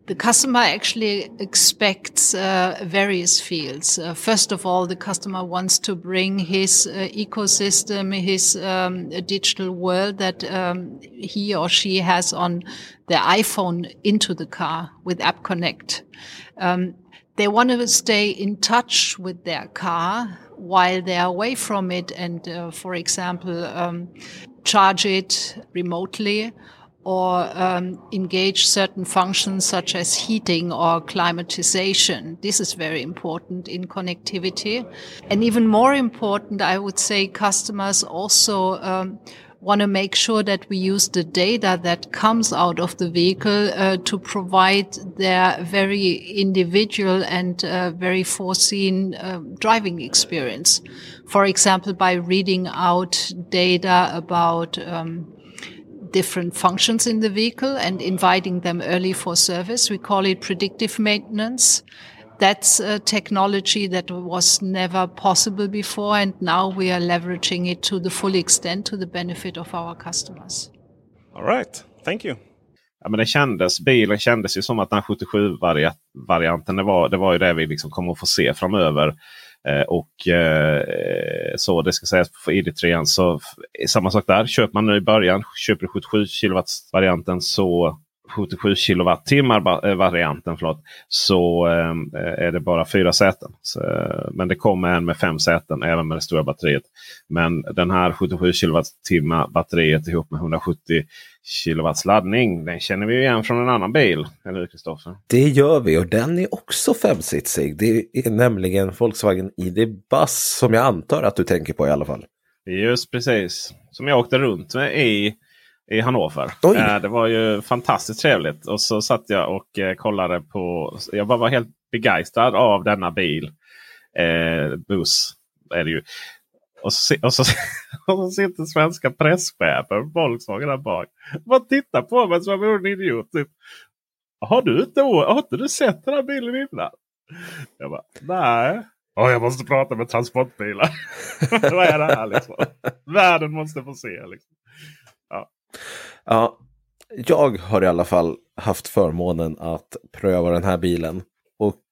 The customer actually expects various fields. First of all, the customer wants to bring his ecosystem, his digital world that he or she has on their iPhone into the car with App Connect. They want to stay in touch with their car while they are away from it and, for example, charge it remotely or engage certain functions such as heating or climatization. This is very important in connectivity. And even more important, I would say customers also want to make sure that we use the data that comes out of the vehicle to provide their very individual and very foreseen driving experience. For example, by reading out data about different functions in the vehicle and inviting them early for service. We call it predictive maintenance. That's a technology that was never possible before, and now we are leveraging it to the full extent to the benefit of our customers. All right, thank you. Ja, men bilen kändes ju som att den 77-varianten, det var ju det vi liksom kommer att få se framöver. Så det ska sägas på ID3 så samma sak där. Köper man nu i början, köper du 77 kW-varianten så 77 kWh-varianten så är det bara 4 säten. Men det kommer en med 5 säten även med det stora batteriet. Men den här 77 kWh-batteriet ihop med 170 kW laddning, den känner vi igen från en annan bil, eller Kristoffer? Det gör vi, och den är också 5-sitsig. Det är nämligen Volkswagen ID.Buzz som jag antar att du tänker på i alla fall. Just precis, som jag åkte runt med i Hannover. Det var ju fantastiskt trevligt. Och så satt jag och kollade på... Jag var helt begeistrad av denna bil. Buss är det ju. Och så sitter svenska presschefen Volkswagen där bak. Man tittar på mig som en idiot. Typ. Har inte du sett den här bilen innan? Jag bara, nej. Jag måste prata med transportbilar. Vad är det här liksom? Världen måste få se liksom. Ja, jag har i alla fall haft förmånen att pröva den här bilen. Och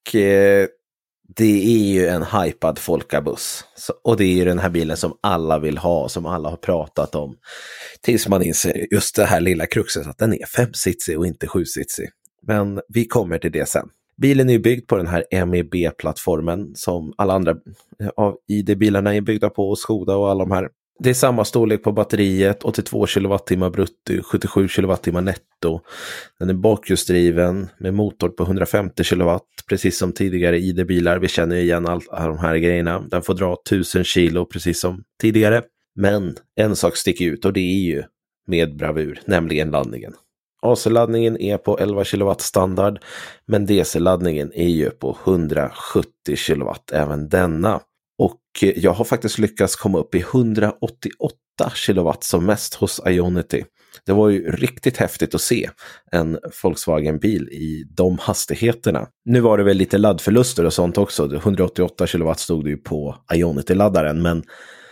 det är ju en hypad folkabuss. Och det är ju den här bilen som alla vill ha, som alla har pratat om. Tills man inser just det här lilla kruxet att den är 5-sitsig och inte 7-sitsig. Men vi kommer till det sen. Bilen är ju byggd på den här MEB-plattformen som alla andra av ID-bilarna är byggda på, och Skoda och alla de här. Det är samma storlek på batteriet, 82 kWh brutto, 77 kWh netto. Den är bakhjulsdriven med motor på 150 kW, precis som tidigare ID-bilar. Vi känner igen alla de här grejerna. Den får dra 1000 kilo, precis som tidigare. Men en sak sticker ut, och det är ju med bravur, nämligen laddningen. AC-laddningen är på 11 kW standard, men DC-laddningen är ju på 170 kW även denna. Och jag har faktiskt lyckats komma upp i 188 kW som mest hos Ionity. Det var ju riktigt häftigt att se en Volkswagen-bil i de hastigheterna. Nu var det väl lite laddförluster och sånt också. 188 kW stod det ju på Ionity-laddaren, men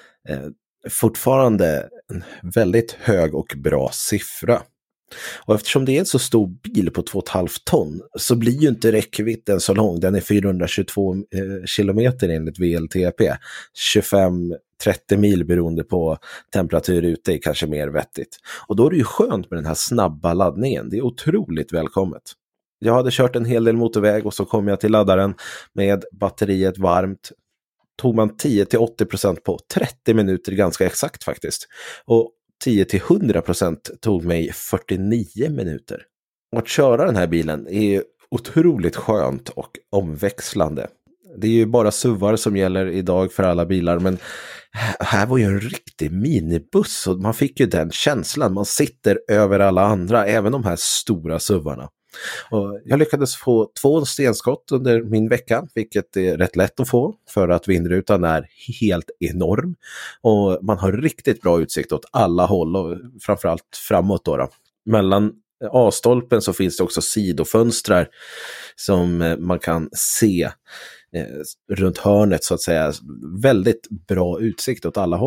fortfarande en väldigt hög och bra siffra. Och eftersom det är en så stor bil på 2,5 ton så blir ju inte räckvidden så lång. Den är 422 kilometer enligt VLTP. 25-30 mil beroende på temperatur ute är kanske mer vettigt. Och då är det ju skönt med den här snabba laddningen. Det är otroligt välkommet. Jag hade kört en hel del motorväg och så kom jag till laddaren med batteriet varmt. Tog man 10-80% på 30 minuter ganska exakt faktiskt. Och 10-100% tog mig 49 minuter. Och att köra den här bilen är otroligt skönt och omväxlande. Det är ju bara SUVar som gäller idag för alla bilar, men här var ju en riktig minibuss och man fick ju den känslan. Man sitter över alla andra, även de här stora SUVarna. Och jag lyckades få 2 stenskott under min vecka, vilket är rätt lätt att få för att vindrutan är helt enorm. Och man har riktigt bra utsikt åt alla håll och framförallt framåt då. Mellan A-stolpen så finns det också sidofönstrar som man kan se runt hörnet så att säga. Väldigt bra utsikt åt alla håll.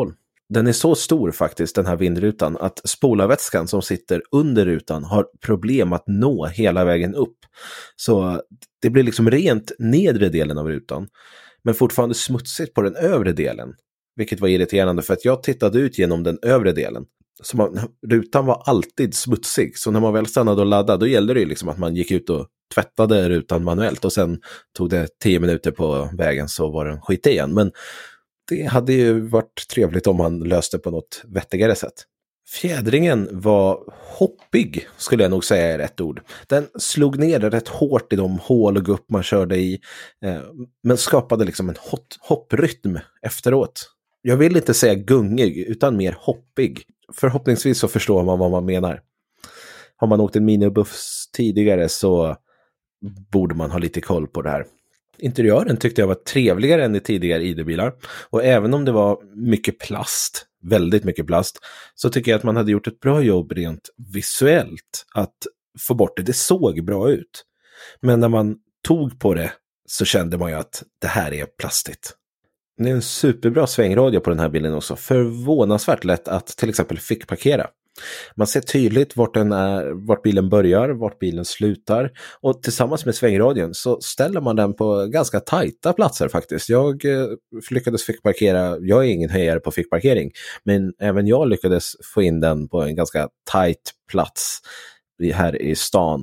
Den är så stor faktiskt, den här vindrutan, att spolarvätskan som sitter under rutan har problem att nå hela vägen upp. Så det blir liksom rent nedre delen av rutan, men fortfarande smutsigt på den övre delen. Vilket var irriterande, för att jag tittade ut genom den övre delen. Så rutan var alltid smutsig. Så när man väl stannade och laddade, då gällde det ju liksom att man gick ut och tvättade rutan manuellt. Och sen tog det 10 minuter på vägen så var den skit igen. Men det hade ju varit trevligt om man löste på något vettigare sätt. Fjädringen var hoppig, skulle jag nog säga är rätt ord. Den slog ner rätt hårt i de hål och gupp man körde i. Men skapade liksom en hopprytm efteråt. Jag vill inte säga gungig, utan mer hoppig. Förhoppningsvis så förstår man vad man menar. Har man åkt en minibuss tidigare så borde man ha lite koll på det här. Interiören tyckte jag var trevligare än i tidigare ID-bilar. Och även om det var mycket plast, väldigt mycket plast, så tycker jag att man hade gjort ett bra jobb rent visuellt att få bort det. Det såg bra ut. Men när man tog på det så kände man ju att det här är plastigt. Det är en superbra svängradio på den här bilen också. Förvånansvärt lätt att till exempel fickparkera. Man ser tydligt vart bilen börjar, vart bilen slutar. Och tillsammans med svängradion så ställer man den på ganska tajta platser faktiskt. Jag lyckades fickparkera, jag är ingen höjare på fickparkering. Men även jag lyckades få in den på en ganska tajt plats här i stan.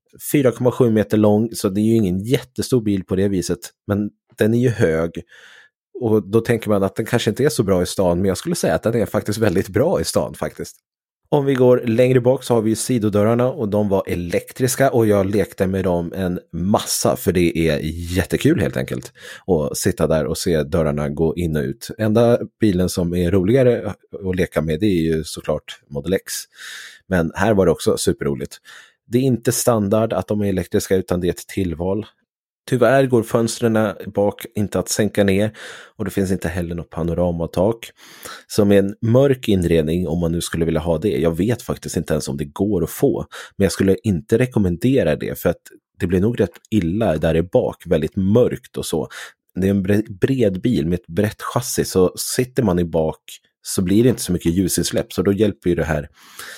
4,7 meter lång, så det är ju ingen jättestor bil på det viset. Men den är ju hög. Och då tänker man att den kanske inte är så bra i stan, men jag skulle säga att den är faktiskt väldigt bra i stan faktiskt. Om vi går längre bak så har vi sidodörrarna och de var elektriska och jag lekte med dem en massa för det är jättekul helt enkelt att sitta där och se dörrarna gå in och ut. Enda bilen som är roligare att leka med det är ju såklart Model X. Men här var det också superroligt. Det är inte standard att de är elektriska utan det är ett tillval. Tyvärr går fönstren bak inte att sänka ner och det finns inte heller något panoramatak. Som en mörk inredning om man nu skulle vilja ha det. Jag vet faktiskt inte ens om det går att få. Men jag skulle inte rekommendera det för att det blir nog rätt illa där i bak. Väldigt mörkt och så. Det är en bred bil med ett brett chassi så sitter man i bak så blir det inte så mycket ljusinsläpp. Så då hjälper ju det här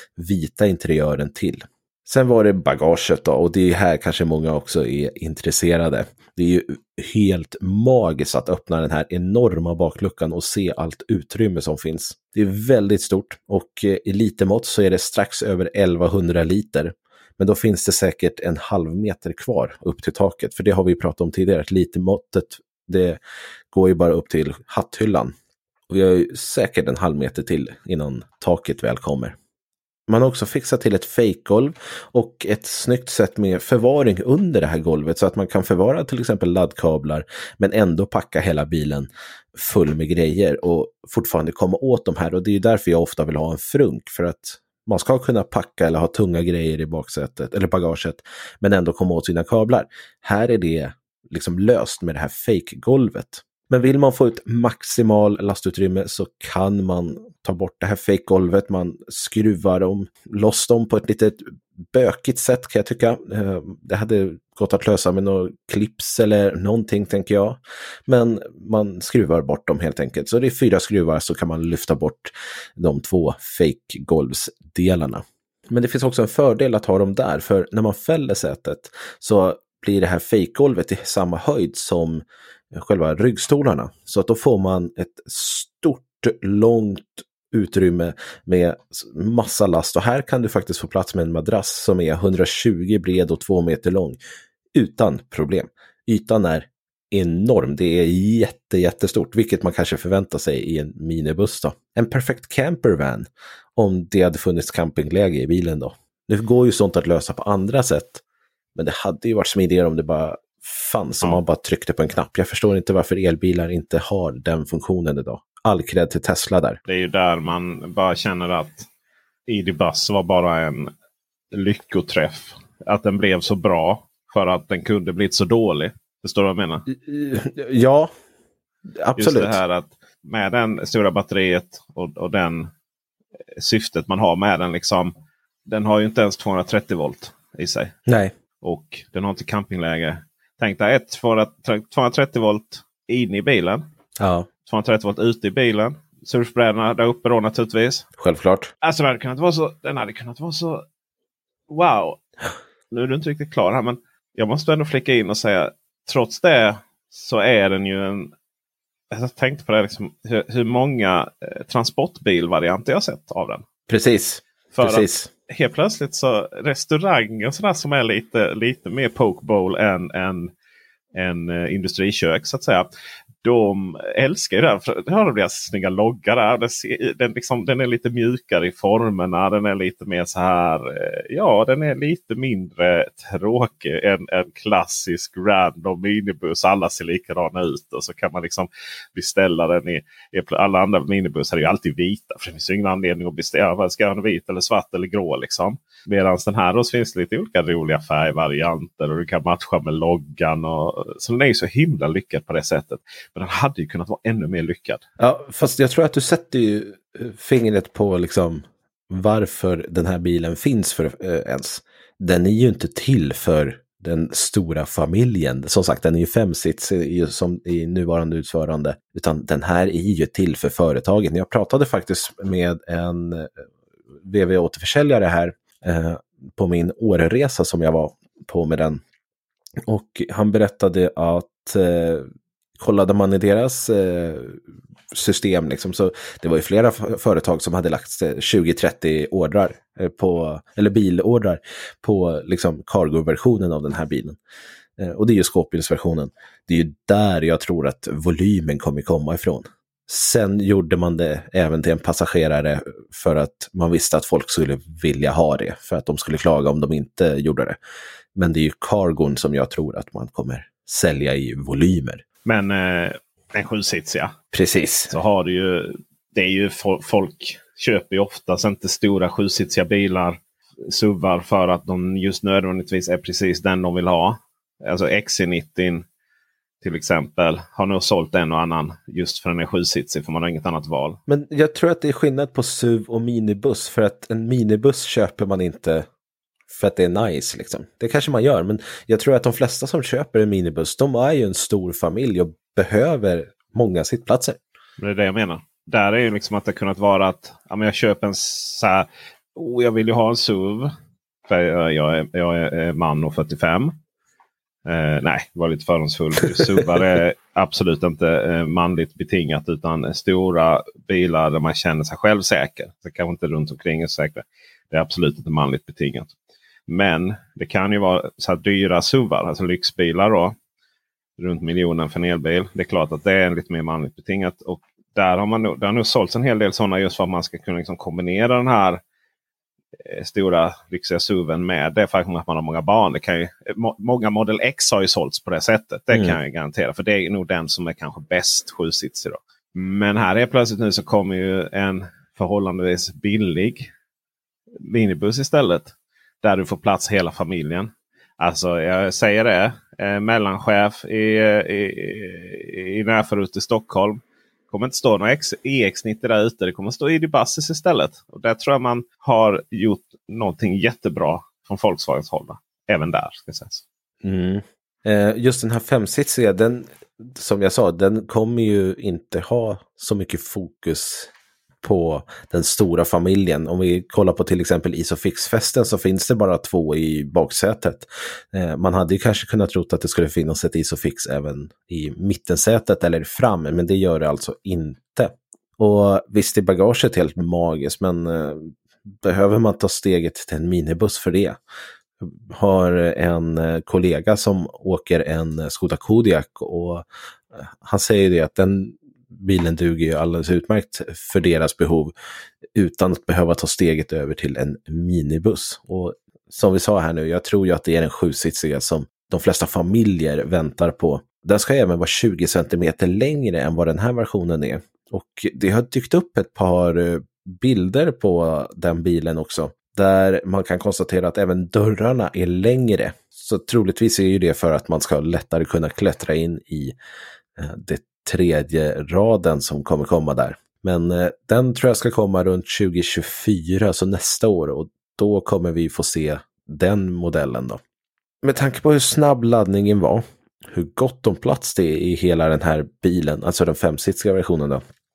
vita interiören till. Sen var det bagaget då, och det är här kanske många också är intresserade. Det är ju helt magiskt att öppna den här enorma bakluckan och se allt utrymme som finns. Det är väldigt stort och i litermått så är det strax över 1100 liter. Men då finns det säkert en halv meter kvar upp till taket. För det har vi pratat om tidigare, att litermåttet det går ju bara upp till hatthyllan. Och vi har ju säkert en halv meter till innan taket väl kommer. Man har också fixat till ett fake-golv och ett snyggt sätt med förvaring under det här golvet så att man kan förvara till exempel laddkablar men ändå packa hela bilen full med grejer och fortfarande komma åt de här. Och det är ju därför jag ofta vill ha en frunk, för att man ska kunna packa eller ha tunga grejer i baksätet eller bagaget men ändå komma åt sina kablar. Här är det liksom löst med det här fake-golvet. Men vill man få ut maximal lastutrymme så kan man ta bort det här fake-golvet. Man skruvar loss dem på ett lite bökigt sätt kan jag tycka. Det hade gått att lösa med några clips eller någonting tänker jag. Men man skruvar bort dem helt enkelt. Så det är 4 skruvar så kan man lyfta bort de 2 fake-golvsdelarna. Men det finns också en fördel att ha dem där, för när man fäller sätet så blir det här fake-golvet i samma höjd som själva ryggstolarna. Så att då får man ett stort, långt utrymme med massa last. Och här kan du faktiskt få plats med en madrass som är 120 bred och 2 meter lång. Utan problem. Ytan är enorm. Det är jättestort. Vilket man kanske förväntar sig i en minibuss då. En perfect campervan. Om det hade funnits campingläge i bilen då. Nu går ju sånt att lösa på andra sätt. Men det hade ju varit smidigare om det bara fanns om man bara tryckte på en knapp. Jag förstår inte varför elbilar inte har den funktionen idag. All cred till Tesla där. Det är ju där man bara känner att ID.Buzz var bara en lyckoträff. Att den blev så bra för att den kunde blivit så dålig. Förstår du vad jag menar? Ja, absolut. Just det här att med den stora batteriet och den syftet man har med den liksom. Den har ju inte ens 230 volt i sig. Nej. Och den har inte campingläge. Tänk dig 230 volt in i bilen. Ja. 230 volt ute i bilen. surfbrädorna där uppe då naturligtvis. Självklart. Alltså den hade kunnat vara så wow. Nu är du inte riktigt klar här, men jag måste ändå flicka in och säga, trots det så är den ju en... Jag tänkte på det liksom, hur många transportbilvarianter jag har sett av den. Precis. Precis. Helt plötsligt så restauranger sådär som är lite mer pokeball än industrikök så att säga. De älskar ju det. För det har deras snygga loggar där. Den är lite mjukare i formerna. Den är lite mer så här. Ja, den är lite mindre tråkig än en klassisk random minibuss. Alla ser likadana ut. Och så kan man liksom beställa den i alla andra minibussar är ju alltid vita. För det finns ju ingen anledning att beställa. Ska den vit eller svart eller grå liksom. Medan den här då finns det lite olika roliga färgvarianter. Och du kan matcha med loggan. Så den är ju så himla lyckad på det sättet. Men den hade ju kunnat vara ännu mer lyckad. Ja, fast jag tror att du sätter ju fingret på liksom varför den här bilen finns för ens. Den är ju inte till för den stora familjen. Som sagt, den är ju 5-sits som i nuvarande utförande. Utan den här är ju till för företagen. Jag pratade faktiskt med en VW-återförsäljare här på min årresa som jag var på med den. Och han berättade att kollade man i deras system liksom, så det var ju flera företag som hade lagt 20-30 ordrar eller bilordrar på liksom cargo-versionen av den här bilen. Och det är ju skåpbilsversionen. Det är ju där jag tror att volymen kommer komma ifrån. Sen gjorde man det även till en passagerare för att man visste att folk skulle vilja ha det, för att de skulle klaga om de inte gjorde det. Men det är ju cargon som jag tror att man kommer sälja i volymer. Men en 7-sitsiga. Precis. Så har du ju, det är ju folk köper ju oftast inte stora 7-sitsiga bilar, SUVar, för att de just nödvändigtvis är precis den de vill ha. Alltså XC90 till exempel har nog sålt en och annan just för den är 7-sitsig, för man har inget annat val. Men jag tror att det är skillnad på SUV och minibuss, för att en minibuss köper man inte för att det är nice liksom. Det kanske man gör, men jag tror att de flesta som köper en minibuss, de är ju en stor familj och behöver många sittplatser. Det är det jag menar. Där är ju liksom att det kunnat vara att jag köper en så här, jag vill ju ha en SUV för jag är man och 45. Nej, var lite fördomsfull. SUVar är absolut inte manligt betingat, utan stora bilar där man känner sig själv säker. Det kanske inte runt omkring är säkert. Det är absolut inte manligt betingat. Men det kan ju vara så här dyra SUVar, alltså lyxbilar då. Runt miljonen för en elbil. Det är klart att det är lite mer manligt betingat. Och där har nog sålts en hel del sådana just för att man ska kunna liksom kombinera den här stora lyxiga SUVen med det faktum att man har många barn. Det kan ju, många Model X har ju sålts på det sättet. Det kan jag garantera. För det är nog den som är kanske bäst 7-sitsig då. Men här är plötsligt nu så kommer ju en förhållandevis billig minibuss istället. Där du får plats hela familjen. Alltså jag säger det. Mellanchef i närförut i Stockholm. Kommer inte stå några EX90 där ute. Det kommer stå ID-Buses istället. Och där tror jag man har gjort någonting jättebra från Volkswagens håll. Även där ska sägas. Just den här 5-sitsiga, den, som jag sa, den kommer ju inte ha så mycket fokus på den stora familjen. Om vi kollar på till exempel Isofix-festen så finns det bara 2 i baksätet. Man hade ju kanske kunnat tro att det skulle finnas ett Isofix även i mittensätet eller fram, men det gör det alltså inte. Och visst är bagaget helt magiskt, men behöver man ta steget till en minibuss för det? Har en kollega som åker en Skoda Kodiaq och han säger det att den bilen duger ju alldeles utmärkt för deras behov utan att behöva ta steget över till en minibuss. Och som vi sa här nu, jag tror ju att det är den 7-sitsiga som de flesta familjer väntar på. Den ska även vara 20 cm längre än vad den här versionen är. Och det har dykt upp ett par bilder på den bilen också, där man kan konstatera att även dörrarna är längre. Så troligtvis är ju det för att man ska lättare kunna klättra in i det tredje raden som kommer komma där. Men den tror jag ska komma runt 2024, så nästa år, och då kommer vi få se den modellen då. Med tanke på hur snabb laddningen var, hur gott om plats det är i hela den här bilen, alltså den 5-sitsiga versionen då,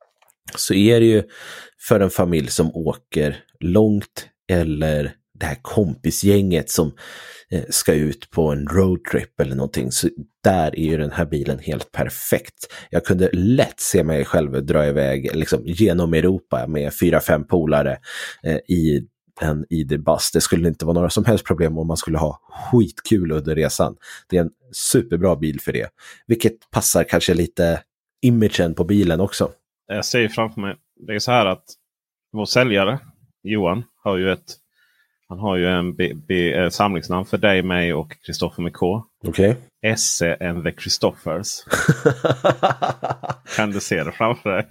så är det ju för en familj som åker långt eller det här kompisgänget som ska ut på en roadtrip eller någonting, så där är ju den här bilen helt perfekt. Jag kunde lätt se mig själv dra iväg liksom genom Europa med 4-5 polare i en ID-Buzz. Det skulle inte vara några som helst problem om man skulle ha skitkul under resan. Det är en superbra bil för det, vilket passar kanske lite imagen på bilen också. Jag ser framför mig, det är så här att vår säljare Johan har ju en samlingsnamn för dig, mig och Kristoffer med K. Okej. SE and the Christoffers. Kan du se det framför dig?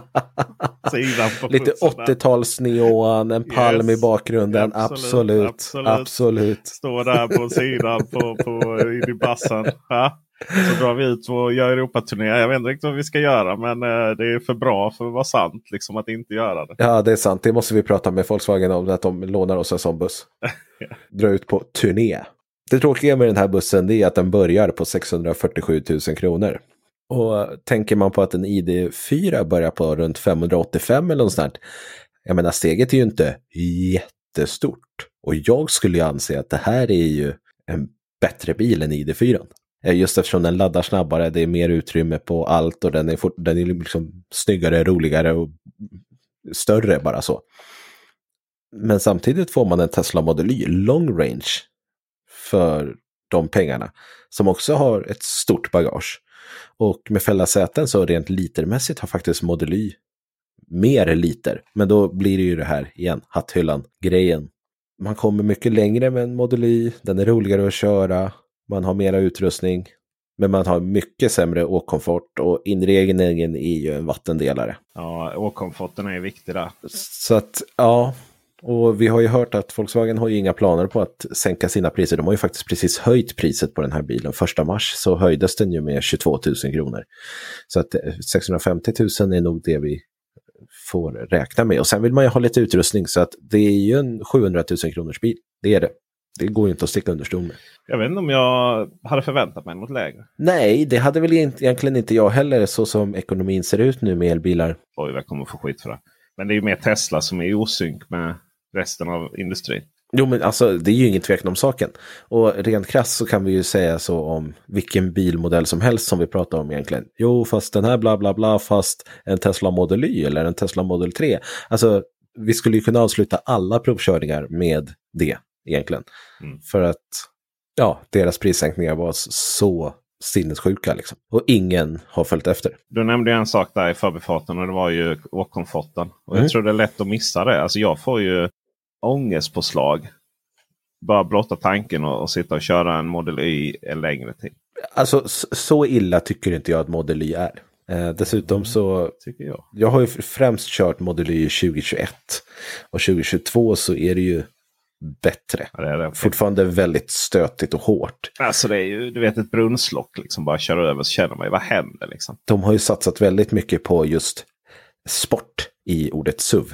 Lite 80-tals neon, en palm i bakgrunden. Absolut. Står där på sidan i bassen. Ja. Så drar vi ut och gör Europaturné. Jag vet inte riktigt vad vi ska göra, men det är för bra för att vara sant liksom, att inte göra det. Ja, det är sant. Det måste vi prata med Volkswagen om, att de lånar oss en sån buss. Dra ut på turné. Det tråkiga med den här bussen är att den börjar på 647 000 kronor. Och tänker man på att en ID4 börjar på runt 585 eller något sånt. Jag menar, steget är ju inte jättestort. Och jag skulle ju anse att det här är ju en bättre bil än ID4. Just eftersom den laddar snabbare, det är mer utrymme på allt och den är liksom snyggare, roligare och större bara så. Men samtidigt får man en Tesla Model Y long range för de pengarna, som också har ett stort bagage. Och med fälla säten så rent litermässigt har faktiskt Model Y mer liter. Men då blir det ju det här igen, hatthyllan-grejen. Man kommer mycket längre med en Model Y, den är roligare att köra. Man har mera utrustning, men man har mycket sämre åkkomfort, och inredningen är ju en vattendelare. Ja, åkkomforten är viktig där. Så att, ja, och vi har ju hört att Volkswagen har ju inga planer på att sänka sina priser. De har ju faktiskt precis höjt priset på den här bilen. 1 mars så höjdes den ju med 22 000 kronor. Så att 650 000 är nog det vi får räkna med. Och sen vill man ju ha lite utrustning, så att det är ju en 700 000 kronors bil. Det är det. Det går ju inte att sticka under stol med. Jag vet inte om jag hade förväntat mig något lägre. Nej, det hade väl egentligen inte jag heller, så som ekonomin ser ut nu med elbilar. Oj, jag kommer få skit för det. Men det är ju mer Tesla som är i osynk med resten av industrin. Jo, men alltså det är ju ingen tvekan om saken. Och rent krasst så kan vi ju säga så om vilken bilmodell som helst som vi pratar om egentligen. Jo, fast den här bla bla bla, fast en Tesla Model Y eller en Tesla Model 3. Alltså, vi skulle ju kunna avsluta alla provkörningar med det egentligen. För att, ja, deras prissänkningar var så sinnessjuka liksom. Och ingen har följt efter. Du nämnde en sak där i förbifarten, och det var ju åkkomforten. Och jag tror det är lätt att missa det. Alltså jag får ju ångestpåslag. Bara blotta tanken och sitta och köra en Model Y en längre tid. Alltså så illa tycker inte jag att Model Y är. Dessutom så tycker jag har ju främst kört Model Y 2021. Och 2022 så är det ju bättre. Ja, det. Fortfarande väldigt stötigt och hårt. Alltså det är ju, du vet, ett brunnslock liksom, bara kör över så känner man ju, vad händer liksom. De har ju satsat väldigt mycket på just sport i ordet SUV.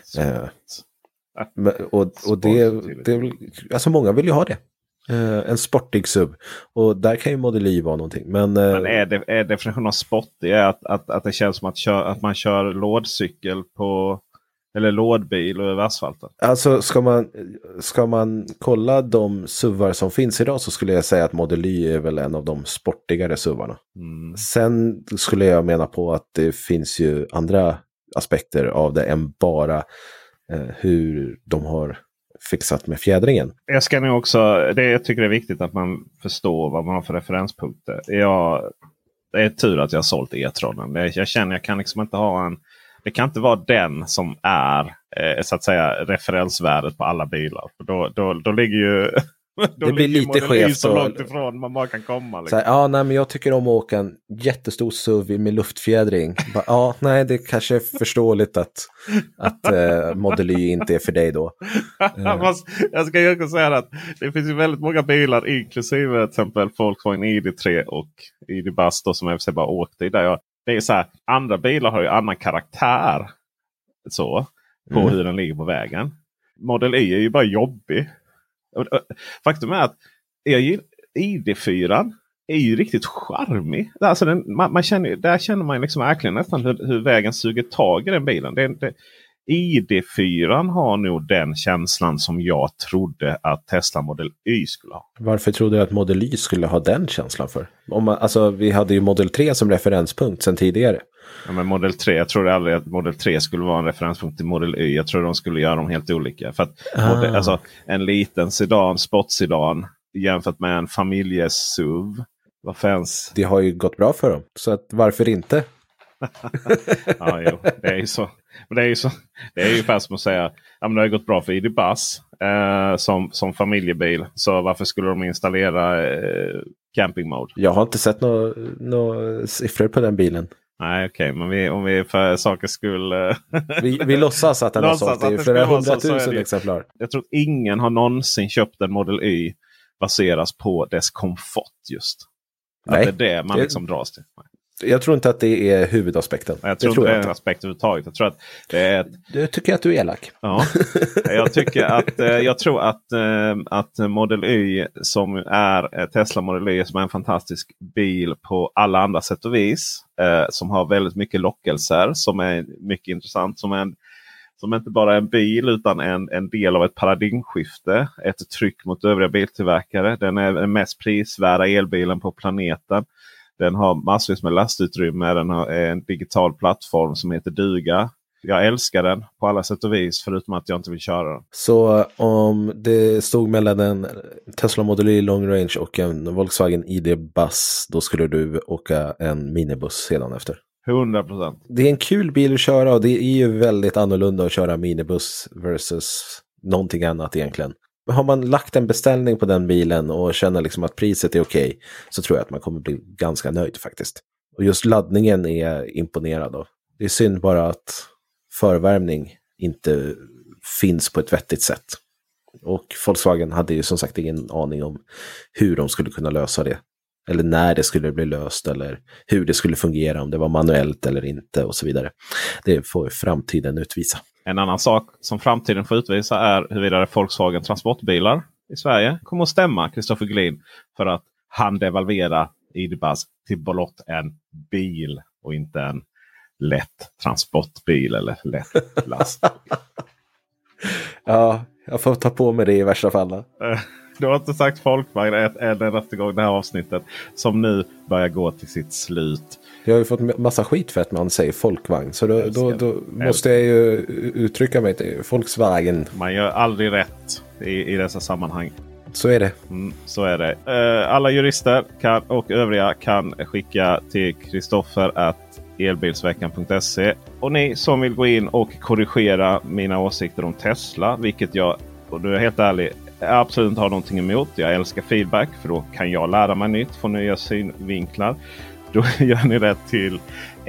Och det alltså många vill ju ha det. En sportig SUV. Och där kan ju Model Y vara någonting. Men är definitionen av sport det är att det känns som att man kör lådcykel på, eller lådbil över asfalten. Alltså ska man kolla de SUVar som finns idag, så skulle jag säga att Model Y är väl en av de sportigare SUVarna. Sen skulle jag mena på att det finns ju andra aspekter av det än bara hur de har fixat med fjädringen. Jag ska nog också, jag tycker det är viktigt att man förstår vad man har för referenspunkter. Det är tur att jag har sålt e-tronen. Jag känner jag kan liksom inte ha en, det kan inte vara den som är så att säga referensvärdet på alla bilar. Då ligger ju det blir lite skevt så långt ifrån man bara kan komma. Liksom. Så här, men jag tycker om att åka en jättestor SUV med luftfjädring. Det är kanske förståeligt att Model Y inte är för dig då. Jag ska ju också säga att det finns ju väldigt många bilar, inklusive till exempel Volkswagen ID3 och ID-Buzz som jag bara åkte i. Det är så här, andra bilar har ju annan karaktär så på hur den ligger på vägen. Model Y är ju bara jobbig. Faktum är att ID4 är ju riktigt charmig. Alltså där känner man liksom verkligen nästan hur vägen suger tag i den bilen. ID4 har nog den känslan som jag trodde att Tesla Model Y skulle ha. Varför trodde du att Model Y skulle ha den känslan för? Alltså, vi hade ju Model 3 som referenspunkt sedan tidigare. Ja, men Model 3, jag trodde aldrig att Model 3 skulle vara en referenspunkt till Model Y. Jag tror de skulle göra dem helt olika. För att alltså, en liten sedan, sportsedan jämfört med en familjesuv. Vad fanns? Det har ju gått bra för dem. Så att, varför inte? Ja, jo, det är ju så. Det är ju fast som att säga, ja, men det har gått bra för ID Buzz som familjebil. Så varför skulle de installera camping mode? Jag har inte sett några siffror på den bilen. Nej, okej. Men om vi för sakers skull... vi låtsas att den har sålt i flera 100 000 exemplar. Jag tror att ingen har någonsin köpt en Model Y baseras på dess komfort just. Nej, att det är det man liksom dras till. Jag tror inte att det är huvudaspekten. Jag tror inte det är en aspekt överhuvudtaget. Jag tror att det är Du tycker att du är elak. Ja, jag tror att Model Y som är Tesla Model Y som är en fantastisk bil på alla andra sätt och vis. Som har väldigt mycket lockelser som är mycket intressant. Som inte bara är en bil utan en del av ett paradigmskifte. Ett tryck mot övriga biltillverkare. Den är den mest prisvärda elbilen på planeten. Den har massvis med lastutrymme. Den har en digital plattform som heter Duga. Jag älskar den på alla sätt och vis förutom att jag inte vill köra den. Så om det stod mellan en Tesla Model Y Long Range och en Volkswagen ID Buzz, då skulle du åka en minibuss sedan efter? 100%. Det är en kul bil att köra och det är ju väldigt annorlunda att köra minibuss versus någonting annat egentligen. Har man lagt en beställning på den bilen och känner liksom att priset är okej, så tror jag att man kommer bli ganska nöjd faktiskt. Och just laddningen är imponerad av. Det är synd bara att förvärmning inte finns på ett vettigt sätt. Och Volkswagen hade ju som sagt ingen aning om hur de skulle kunna lösa det. Eller när det skulle bli löst eller hur det skulle fungera, om det var manuellt eller inte och så vidare. Det får framtiden utvisa. En annan sak som framtiden får utvisa är huruvida Volkswagen transportbilar i Sverige kommer att stämma Christopher Gullin för att han devalvera ID Buzz till blott en bil och inte en lätt transportbil eller lätt lastbil. Ja, jag får ta på mig det i värsta fall. Du har inte sagt Folkvagn en efter gång det här avsnittet som nu börjar gå till sitt slut. Jag har ju fått massa skit för att man säger Folkvagn. Så då måste jag ju uttrycka mig till Volkswagen. Man gör aldrig rätt i dessa sammanhang. Så är det. Så är det. Alla jurister och övriga kan skicka till Kristoffer@elbilsveckan.se. Och ni som vill gå in och korrigera mina åsikter om Tesla, vilket jag, och du är helt ärlig, absolut inte har någonting emot. Jag älskar feedback för då kan jag lära mig nytt, få nya synvinklar. Då gör ni rätt till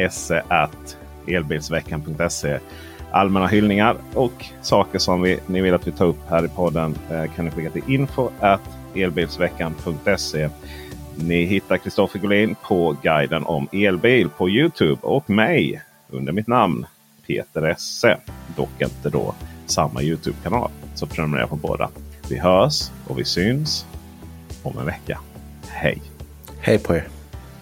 esse@elbilsveckan.se. Allmänna hyllningar och saker som ni vill att vi tar upp här i podden kan ni skicka till info@elbilsveckan.se. Ni hittar Christoffer Gullin på guiden om elbil på YouTube och mig under mitt namn Peter Esse. Dock inte då samma YouTube-kanal. Så prenumerera på båda. Vi hörs och vi syns om en vecka. Hej! Hej på er!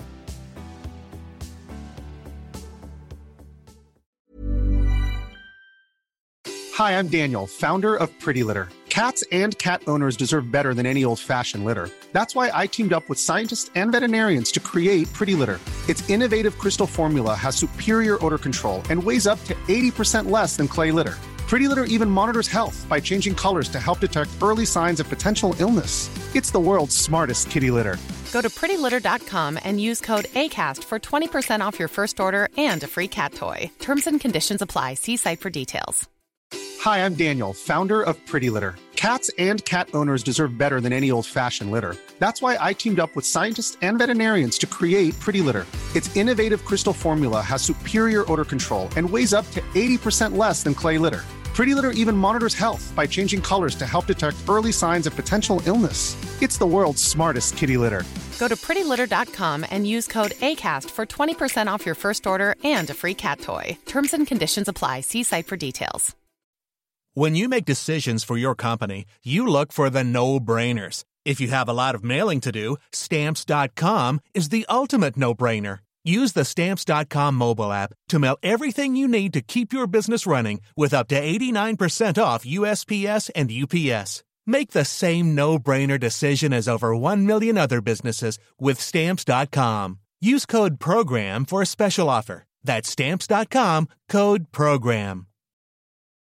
Hi, I'm Daniel, founder of Pretty Litter. Cats and cat owners deserve better than any old-fashioned litter. That's why I teamed up with scientists and veterinarians to create Pretty Litter. Its innovative crystal formula has superior odor control and weighs up to 80% less than clay litter. Pretty Litter even monitors health by changing colors to help detect early signs of potential illness. It's the world's smartest kitty litter. Go to prettylitter.com and use code ACAST for 20% off your first order and a free cat toy. Terms and conditions apply. See site for details. Hi, I'm Daniel, founder of Pretty Litter. Cats and cat owners deserve better than any old-fashioned litter. That's why I teamed up with scientists and veterinarians to create Pretty Litter. Its innovative crystal formula has superior odor control and weighs up to 80% less than clay litter. Pretty Litter even monitors health by changing colors to help detect early signs of potential illness. It's the world's smartest kitty litter. Go to prettylitter.com and use code ACAST for 20% off your first order and a free cat toy. Terms and conditions apply. See site for details. When you make decisions for your company, you look for the no-brainers. If you have a lot of mailing to do, Stamps.com is the ultimate no-brainer. Use the Stamps.com mobile app to mail everything you need to keep your business running with up to 89% off USPS and UPS. Make the same no-brainer decision as over 1 million other businesses with Stamps.com. Use code PROGRAM for a special offer. That's Stamps.com, code PROGRAM.